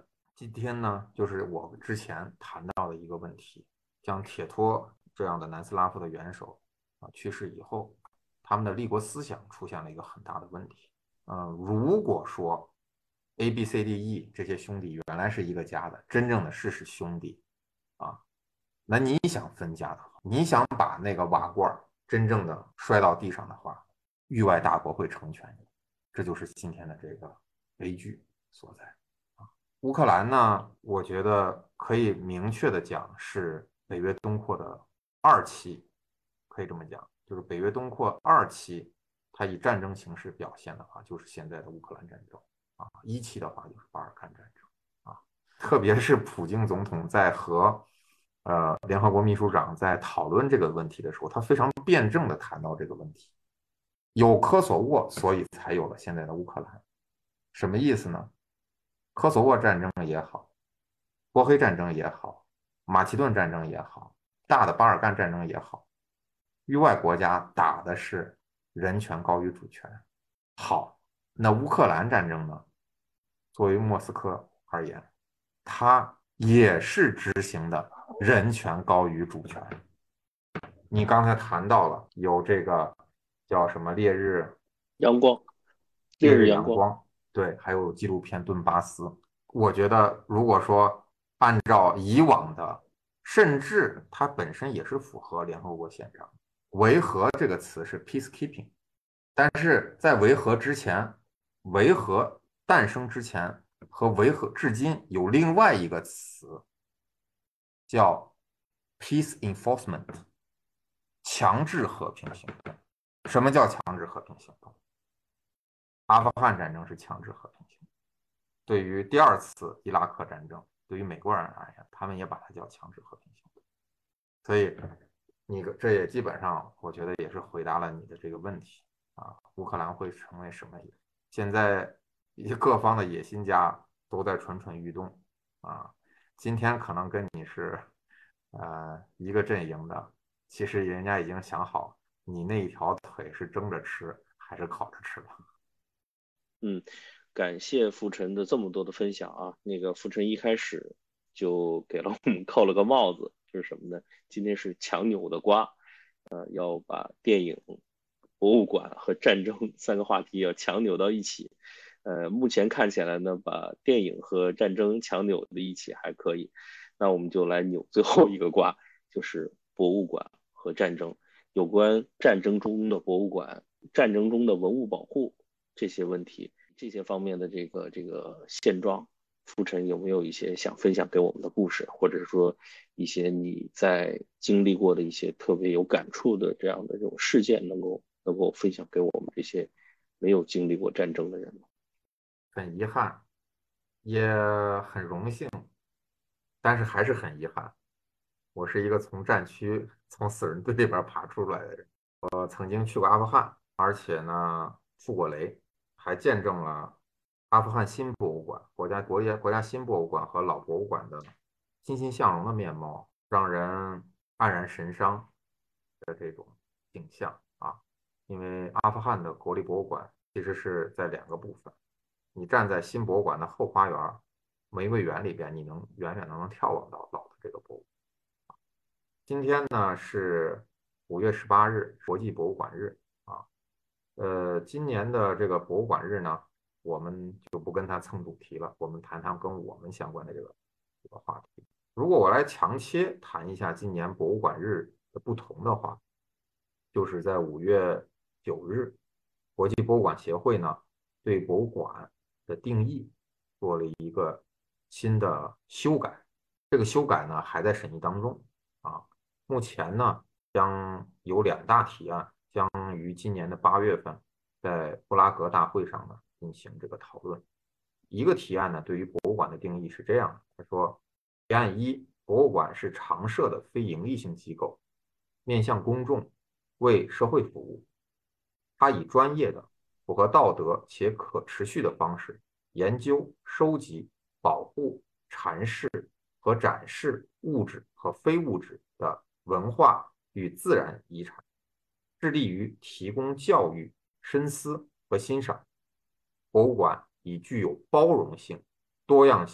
今天呢，就是我之前谈到的一个问题，像铁托这样的南斯拉夫的元首去世以后，他们的立国思想出现了一个很大的问题。如果说 A B C D E 这些兄弟原来是一个家的，真正的是兄弟啊，那你想分家的话，你想把那个瓦罐真正的摔到地上的话，域外大国会成全你，这就是今天的这个悲剧所在。乌克兰呢，我觉得可以明确的讲是北约东扩的二期，可以这么讲，就是北约东扩二期，它以战争形式表现的话，就是现在的乌克兰战争一期的话就是巴尔干战争特别是普京总统在和联合国秘书长在讨论这个问题的时候，他非常辩证的谈到这个问题，有科索沃，所以才有了现在的乌克兰，什么意思呢？科索沃战争也好，波黑战争也好，马其顿战争也好，大的巴尔干战争也好，域外国家打的是人权高于主权。好，那乌克兰战争呢？作为莫斯科而言，它也是执行的人权高于主权。你刚才谈到了有这个叫什么烈日阳光， 烈日阳阳光，对，还有纪录片《顿巴斯》。我觉得，如果说按照以往的，甚至它本身也是符合联合国宪章，维和这个词是 peacekeeping，但是在维和之前，维和诞生之前和维和至今有另外一个词叫 peace enforcement， 强制和平行动。什么叫强制和平行动？阿富汗战争是强制和平行动。对于第二次伊拉克战争，对于美国人而言，他们也把它叫强制和平行动。所以，这也基本上，我觉得也是回答了你的这个问题乌克兰会成为什么？现在各方的野心家都在蠢蠢欲动今天可能跟你是一个阵营的，其实人家已经想好，你那一条腿是蒸着吃还是烤着吃了。 感谢傅晨的这么多的分享啊。那个傅晨一开始就给了我们扣了个帽子，就是什么呢？今天是强扭的瓜，要把电影、博物馆和战争三个话题要强扭到一起。目前看起来呢，把电影和战争强扭的一起还可以。那我们就来扭最后一个瓜，就是博物馆和战争，有关战争中的博物馆、战争中的文物保护这些问题。这些方面的这个现状，傅晨有没有一些想分享给我们的故事，或者说一些你在经历过的一些特别有感触的这样的这种事件，能够分享给我们这些没有经历过战争的人吗？ 很遗憾，也很荣幸，但是还是很遗憾。我是一个从战区、从死人堆里边爬出来的人。我曾经去过阿富汗，而且呢复过雷，还见证了阿富汗新博物馆、国家新博物馆和老博物馆的欣欣向荣的面貌，让人黯然神伤的这种景象因为阿富汗的国立博物馆其实是在两个部分，你站在新博物馆的后花园玫瑰园里边，你能远远的能眺望到老的这个博物馆。今天呢是5月18日，国际博物馆日今年的这个博物馆日呢，我们就不跟他蹭主题了，我们谈谈跟我们相关的这个话题。如果我来强切谈一下今年博物馆日的不同的话，就是在5月9日，国际博物馆协会呢对博物馆的定义做了一个新的修改，这个修改呢还在审议当中目前呢将有2大提案，将于今年的8月份在布拉格大会上呢进行这个讨论。一个提案呢对于博物馆的定义是这样的，他说，提案1，博物馆是常设的非营利性机构，面向公众，为社会服务。它以专业的、符合道德且可持续的方式研究、收集、保护、阐释和展示物质和非物质的文化与自然遗产，致力于提供教育、深思和欣赏。博物馆以具有包容性、多样性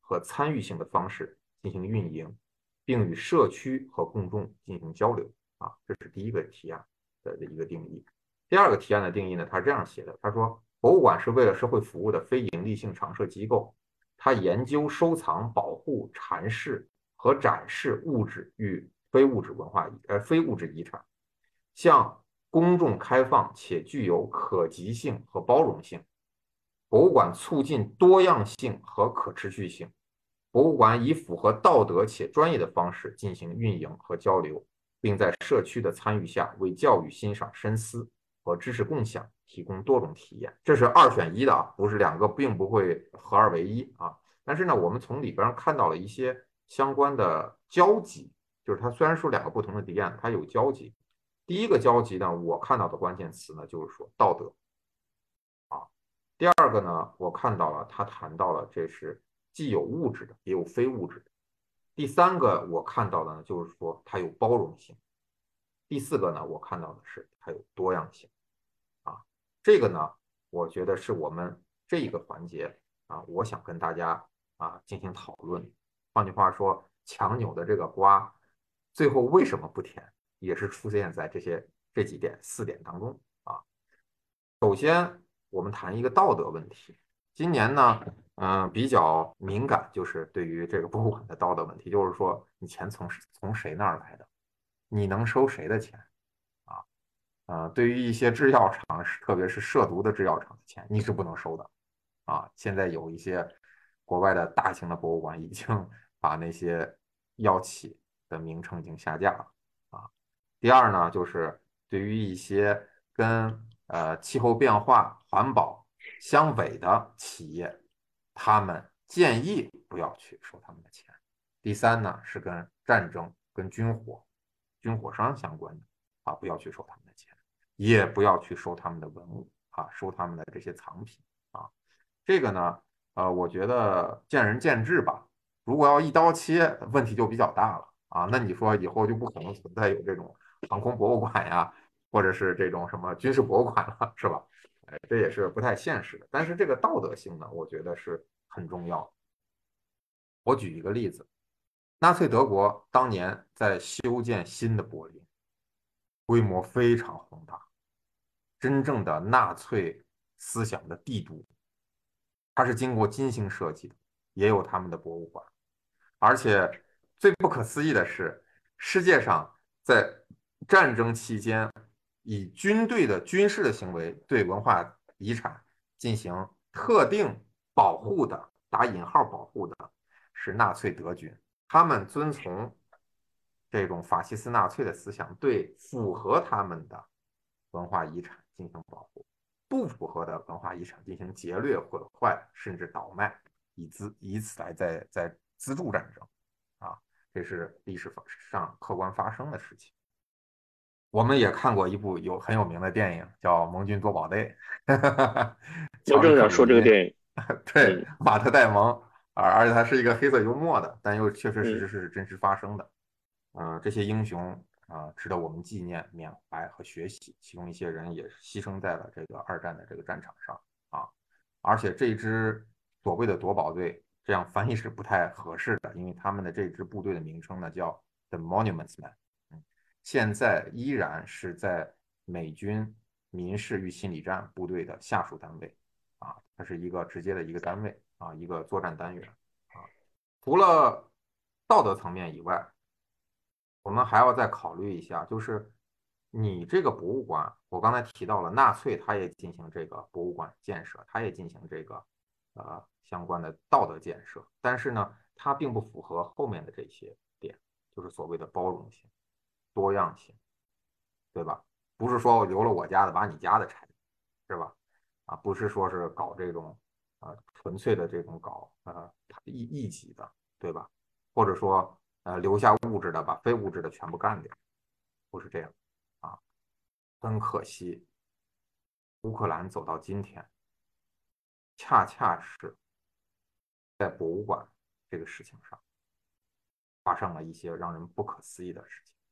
和参与性的方式进行运营，并与社区和公众进行交流啊，这是第一个提案的一个定义。第二个提案的定义呢，他是这样写的，他说博物馆是为了社会服务的非营利性常设机构，它研究、收藏、保护、阐释和展示物质与非物质遗产，向公众开放且具有可及性和包容性。博物馆促进多样性和可持续性。博物馆以符合道德且专业的方式进行运营和交流，并在社区的参与下为教育、欣赏、深思和知识共享提供多种体验。这是2选1的啊，不是2个，并不会合2为1啊。但是呢，我们从里边看到了一些相关的交集，就是它虽然说2个不同的提案，它有交集。第一个交集呢，我看到的关键词呢，就是说道德啊。第二个呢，我看到了他谈到了这是既有物质的，也有非物质的。第三个我看到的呢，就是说它有包容性。第四个呢，我看到的是它有多样性啊。这个呢，我觉得是我们这一个环节啊，我想跟大家进行讨论。换句话说，强扭的这个瓜，最后为什么不甜，也是出现在这几点4点当中啊。首先，我们谈一个道德问题。今年呢，比较敏感，就是对于这个博物馆的道德问题，就是说你钱从谁那儿来的，你能收谁的钱啊？对于一些制药厂，特别是涉毒的制药厂的钱，你是不能收的啊。现在有一些国外的大型的博物馆已经把那些药企的名称已经下架了啊。第二呢，就是对于一些跟气候变化、环保相违的企业，他们建议不要去收他们的钱。第三呢，是跟战争、跟军火商相关的啊，不要去收他们的钱，也不要去收他们的文物啊，收他们的这些藏品啊。这个呢，我觉得见仁见智吧。如果要一刀切，问题就比较大了啊。那你说以后就不可能存在有这种航空博物馆呀，或者是这种什么军事博物馆了，是吧？这也是不太现实的。但是这个道德性呢，我觉得是很重要的。我举一个例子，纳粹德国当年在修建新的柏林，规模非常宏大，真正的纳粹思想的帝都，它是经过精心设计的，也有他们的博物馆。而且最不可思议的是，世界上在战争期间以军队的军事的行为对文化遗产进行特定保护的（打引号保护的）是纳粹德军，他们遵从这种法西斯纳粹的思想，对符合他们的文化遗产进行保护，不符合的文化遗产进行劫掠、毁坏，甚至倒卖，以此来在资助战争啊，这是历史上客观发生的事情。我们也看过一部很有名的电影，叫《盟军夺宝队》， 我乔治· 正想说这个克鲁尼， 电影。 对，马特·戴蒙，而且它是一个黑色幽默的，但又确确实实嗯是真实发生的。这些英雄值得我们纪念、缅怀和学习。其中一些人也牺牲在了这个2战的这个战场上啊。而且这支所谓的夺宝队，这样翻译是不太合适的，因为他们的这支部队的名称呢叫 The Monuments Men。现在依然是在美军民事与心理战部队的下属单位啊，它是一个直接的一个单位啊，一个作战单元啊。除了道德层面以外，我们还要再考虑一下，就是你这个博物馆，我刚才提到了纳粹，他也进行这个博物馆建设，他也进行这个相关的道德建设，但是呢，它并不符合后面的这些点，就是所谓的包容性、多样性，对吧？不是说我留了我家的，把你家的拆，是吧？啊，不是说是搞这种纯粹的这种搞异己的，对吧？或者说留下物质的，把非物质的全部干掉，不是这样啊。很可惜，乌克兰走到今天，恰恰是在博物馆这个事情上发生了一些让人不可思议的事情。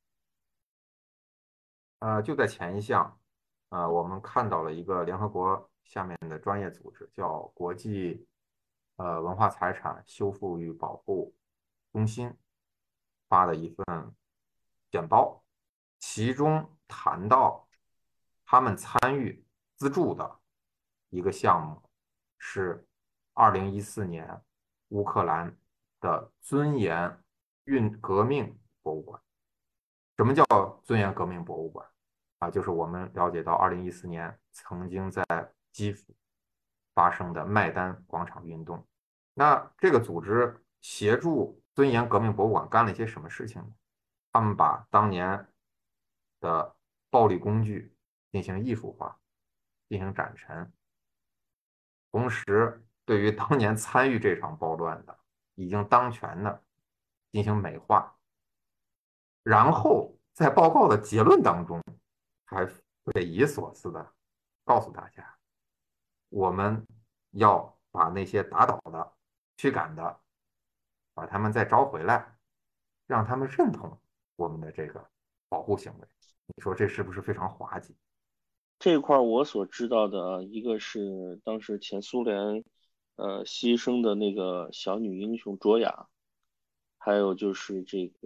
就在前一项，我们看到了一个联合国下面的专业组织，叫国际文化财产修复与保护中心发的一份简报，其中谈到他们参与资助的一个项目是2014年乌克兰的尊严革命博物馆。什么叫尊严革命博物馆啊？就是我们了解到2014年曾经在基辅发生的麦丹广场运动。那这个组织协助尊严革命博物馆干了一些什么事情呢？他们把当年的暴力工具进行艺术化，进行展陈，同时对于当年参与这场暴乱的已经当权的进行美化，然后在报告的结论当中还匪夷所思的告诉大家，我们要把那些打倒的、驱赶的，把他们再招回来，让他们认同我们的这个保护行为。你说这是不是非常滑稽？ 这块我所知道的啊，一个是当时前苏联牺牲的那个小女英雄卓雅，还有就是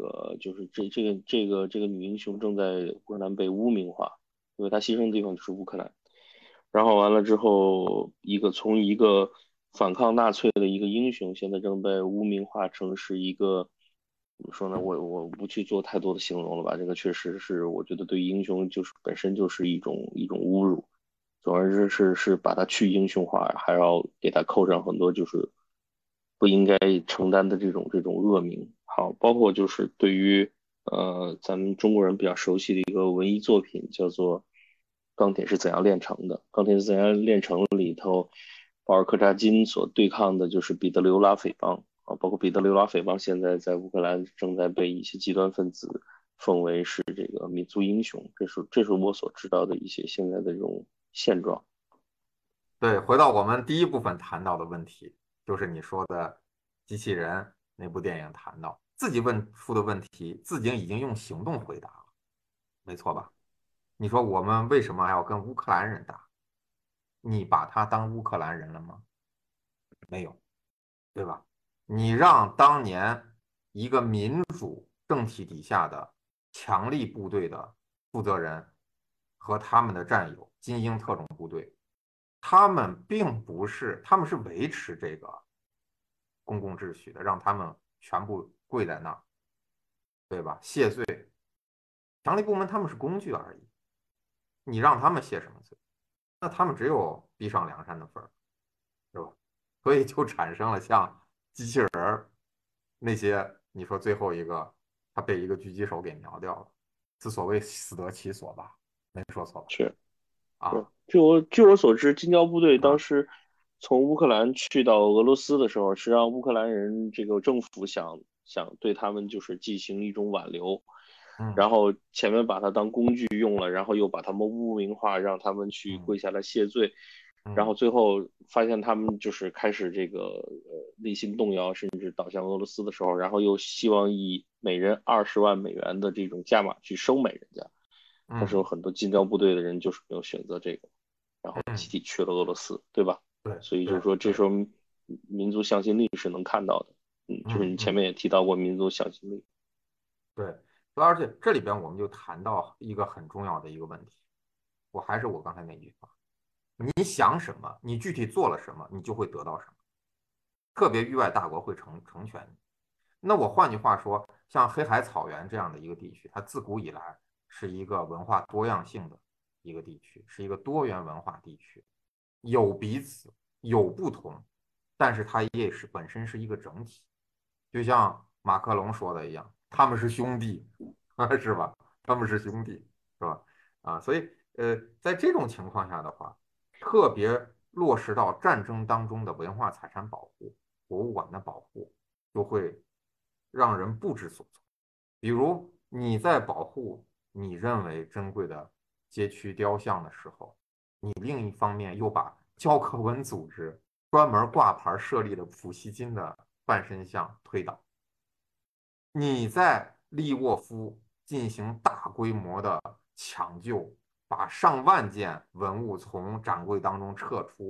这个女英雄正在乌克兰被污名化，因为她牺牲的地方就是乌克兰。然后完了之后，从一个反抗纳粹的一个英雄，现在正被污名化成是一个怎么说呢？我不去做太多的形容了吧。这个确实是我觉得对英雄就是本身就是一种侮辱。总而言之是把他去英雄化，还要给他扣上很多就是不应该承担的这种恶名。好，包括就是对于咱们中国人比较熟悉的一个文艺作品，叫做《钢铁是怎样炼成的》。《钢铁是怎样炼成》里头，保尔柯察金所对抗的就是彼得刘拉匪帮啊，包括彼得刘拉匪帮现在在乌克兰正在被一些极端分子奉为是这个民族英雄，这是我所知道的一些现在的这种现状。 对，回到我们第一部分谈到的问题，就是你说的机器人那部电影谈到自己问出的问题，自己已经用行动回答了，没错吧？你说我们为什么还要跟乌克兰人打？你把他当乌克兰人了吗？没有，对吧？你让当年一个民主政体底下的强力部队的负责人和他们的战友精英特种部队，他们并不是，他们是维持这个公共秩序的，让他们全部跪在那儿，对吧？谢罪。强力部门他们是工具而已，你让他们谢什么罪？那他们只有逼上梁山的份儿，是吧？所以就产生了像机器人儿那些，你说最后一个他被一个狙击手给瞄掉了，是所谓死得其所吧？没说错吧？ 是。是， 啊据我所知，金交部队当啊时从乌克兰去到俄罗斯的时候，是让乌克兰人这个政府想对他们就是进行一种挽留， 嗯然后前面把它当工具用了，然后又把他们污名化，让他们去嗯跪下来谢罪，然嗯后最后发现他们就是开始这个内心动摇，甚至倒向俄罗斯的时候，然后又希望以每人20万美元的这种价码去收买人家。但是有嗯很多金招部队的人就是没有选择这个，然后集嗯， 体去了俄罗斯，对吧？ 对所以就是对对， 说这时候民族向心力是能看到的，就是你前面嗯嗯。 也提到过民族向心力。 对，而且这里边我们就谈到一个很重要的一个问题，我还是我刚才那句话，你想什么，你具体做了什么，你就会得到什么，特别域外大国会成全你。那我换句话说，像黑海草原这样的一个地区，它自古以来是一个文化多样性的一个地区，是一个多元文化地区，有彼此，有不同，但是它也是本身是一个整体。就像马克龙说的一样，他们是兄弟，是吧？他们是兄弟，是吧？啊，所以在这种情况下的话，特别落实到战争当中的文化财产保护、博物馆的保护，就会让人不知所措。比如你在保护你认为珍贵的街区雕像的时候，你另一方面又把教科文组织专门挂牌设立的普希金的半身像推倒。你在利沃夫进行大规模的抢救，把上万件文物从展柜当中撤出，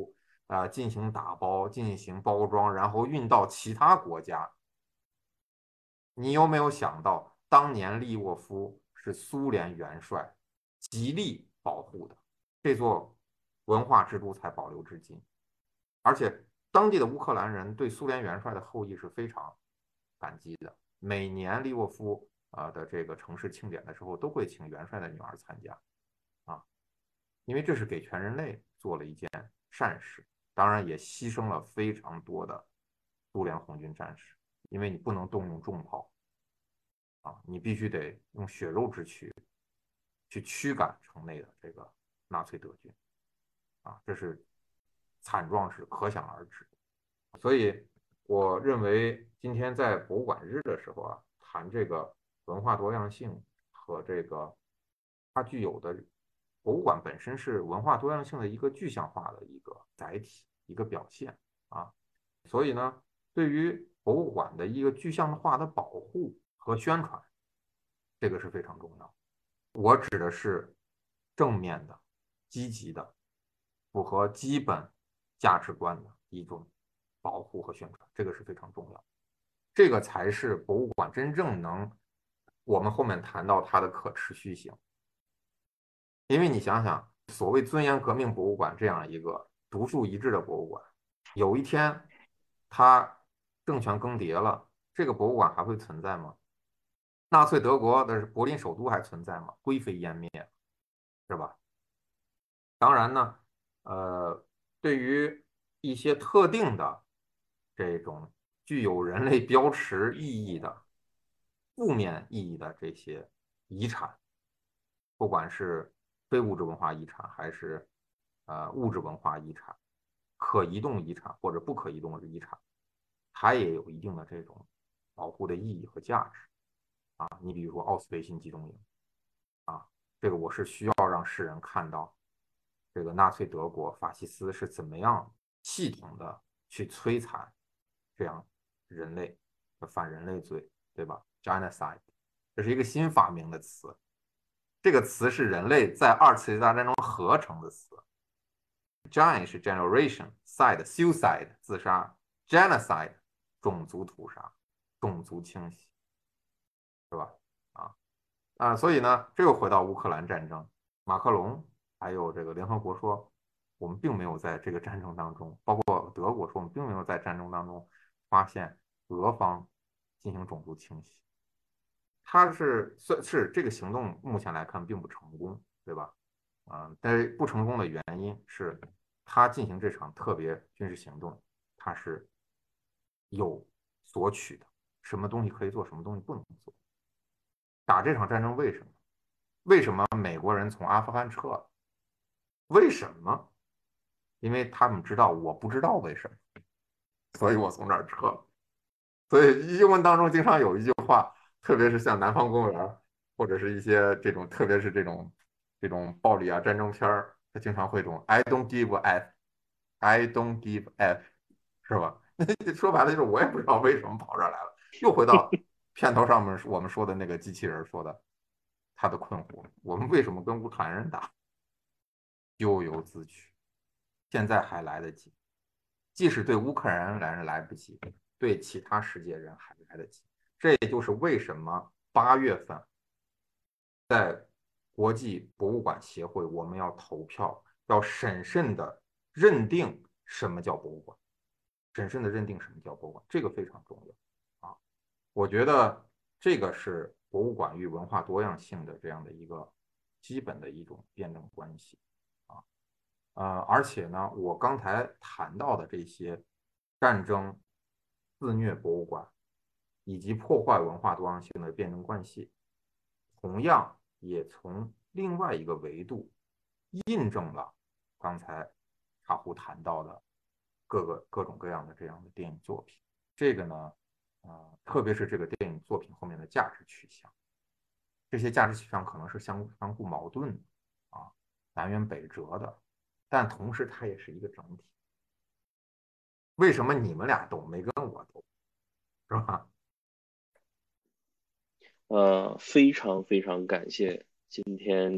进行打包、进行包装，然后运到其他国家。你有没有想到，当年利沃夫是苏联元帅极力保护的，这座文化之都才保留至今。而且当地的乌克兰人对苏联元帅的后裔是非常感激的。每年利沃夫的这个城市庆典的时候，都会请元帅的女儿参加啊，因为这是给全人类做了一件善事，当然也牺牲了非常多的苏联红军战士，因为你不能动用重炮啊，你必须得用血肉之躯去驱赶城内的这个纳粹德军啊，这是惨状是可想而知。所以我认为今天在博物馆日的时候啊，谈这个文化多样性和这个它具有的博物馆本身是文化多样性的一个具象化的一个载体，一个表现啊。所以呢，对于博物馆的一个具象化的保护和宣传，这个是非常重要。我指的是正面的、积极的、符合基本价值观的一种保护和宣传，这个是非常重要。这个才是博物馆真正能我们后面谈到它的可持续性。因为你想想，所谓尊严革命博物馆这样一个独树一帜的博物馆，有一天它政权更迭了，这个博物馆还会存在吗？纳粹德国的柏林首都还存在吗？灰飞烟灭，是吧？当然呢，对于一些特定的这种具有人类标识意义的负面意义的这些遗产，不管是非物质文化遗产还是物质文化遗产、可移动遗产或者不可移动的遗产，它也有一定的这种保护的意义和价值啊。你比如说奥斯维辛集中营啊，这个我是需要让世人看到这个纳粹德国法西斯是怎么样系统的去摧残这样人类的反人类罪，对吧 ？genocide， 这是一个新发明的词。这个词是人类在二次大战中合成的词。Gen 是 generation，side suicide 自杀 ，genocide 种族屠杀、种族清洗，是吧？所以呢，这又回到乌克兰战争，马克龙还有这个联合国说，我们并没有在这个战争当中，包括德国说，我们并没有在战争当中发现俄方进行种族清洗。他是这个行动目前来看并不成功，对吧？但是不成功的原因是，他进行这场特别军事行动，他是有索取的，什么东西可以做，什么东西不能做。打这场战争为什么？为什么美国人从阿富汗撤了？为什么？因为他们知道我不知道为什么，所以我从这儿撤了。所以英文当中经常有一句话，特别是像《南方公园》或者是一些这种，特别是这种暴力啊战争片儿，他经常会用 "I don't give a f"，I don't give a f， 是吧？说白了就是我也不知道为什么跑这儿来了。又回到片头上面我们说的那个机器人说的他的困惑：我们为什么跟乌克兰人打？咎由自取，现在还来得及。即使对乌克兰人来不及，对其他世界人还来得及。这也就是为什么8月份在国际博物馆协会我们要投票，要审慎的认定什么叫博物馆，审慎的认定什么叫博物馆，这个非常重要啊。我觉得这个是博物馆与文化多样性的这样的一个基本的一种辩证关系啊。而且呢，我刚才谈到的这些战争、自虐博物馆以及破坏文化多样性的辩证关系，同样也从另外一个维度印证了刚才茶壶谈到的各种各样的这样的电影作品。这个呢，特别是这个电影作品后面的价值取向，这些价值取向可能是相互矛盾的啊，南辕北辙的。但同时它也是一个整体。为什么你们俩懂没跟我懂，是吧？ 非常非常感谢今天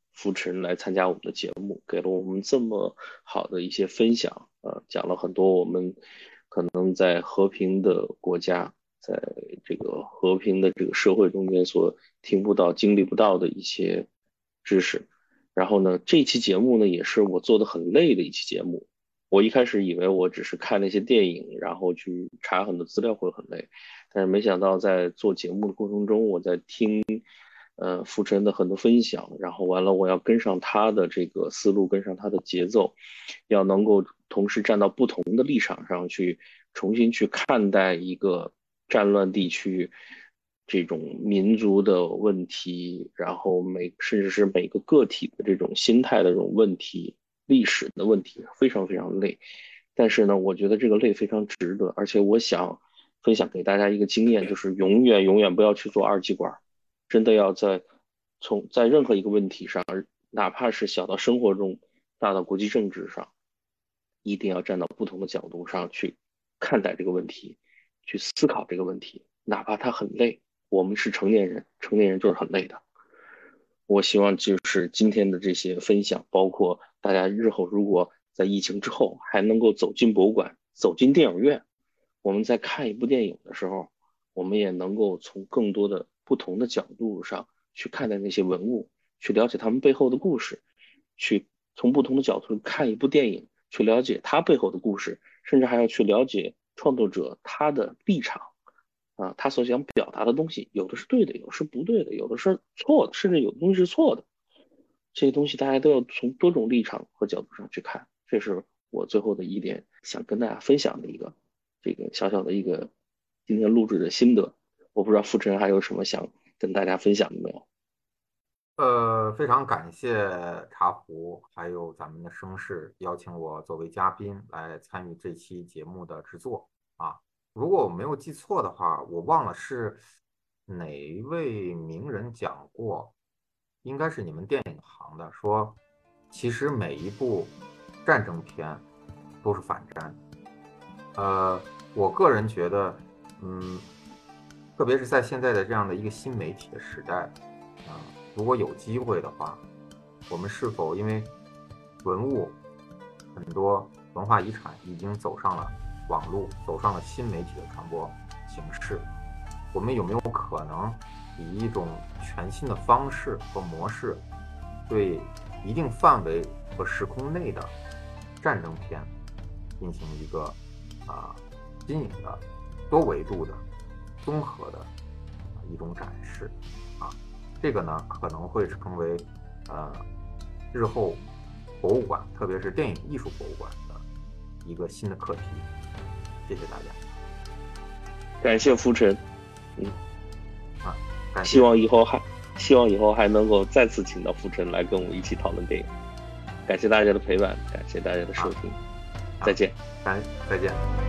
浮沉来参加我们的节目，给了我们这么好的一些分享，讲了很多我们可能在和平的国家，在这个和平的这个社会中间所听不到、经历不到的一些知识。然后呢，这期节目呢也是我做的很累的一期节目。我一开始以为我只是看那些电影，然后去查很多资料会很累，但是没想到在做节目的过程中，我在听浮沉的很多分享，然后完了我要跟上他的这个思路，跟上他的节奏，要能够同时站到不同的立场上去重新去看待一个战乱地区这种民族的问题，然后甚至是每个个体的这种心态的这种问题。历史的问题非常非常累，但是呢，我觉得这个累非常值得，而且我想分享给大家一个经验，就是永远不要去做二极管，真的要在任何一个问题上，哪怕是小到生活中，大到国际政治上，一定要站到不同的角度上去看待这个问题，去思考这个问题，哪怕它很累，我们是成年人，成年人就是很累的。我希望就是今天的这些分享，包括大家日后如果在疫情之后还能够走进博物馆、走进电影院，我们在看一部电影的时候，我们也能够从更多的不同的角度上去看待那些文物，去了解他们背后的故事，去从不同的角度看一部电影，去了解它背后的故事，甚至还要去了解创作者他的立场。他所想表达的东西，有的是对的，有的是不对的，有的是错的，甚至有的东西是错的。这些东西大家都要从多种立场和角度上去看，这是我最后的一点想跟大家分享的这个小小的一个今天录制的心得。我不知道傅晨还有什么想跟大家分享的没有？ 非常感谢茶壶还有咱们的声势邀请我作为嘉宾来参与这期节目的制作啊。如果我没有记错的话，我忘了是哪一位名人讲过，应该是你们电影行的，说其实每一部战争片都是反战。我个人觉得，特别是在现在的这样的一个新媒体的时代，如果有机会的话，我们是否因为文物很多文化遗产已经走上了网络，走上了新媒体的传播形式，我们有没有可能以一种全新的方式和模式，对一定范围和时空内的战争片进行一个新颖的、多维度的、综合的一种展示啊？这个呢可能会成为日后博物馆，特别是电影艺术博物馆的一个新的课题。谢谢大家， 感谢浮沉， 感谢。 希望以后还能够再次请到浮沉来跟我一起讨论电影。感谢大家的陪伴，感谢大家的收听，再见。 再见。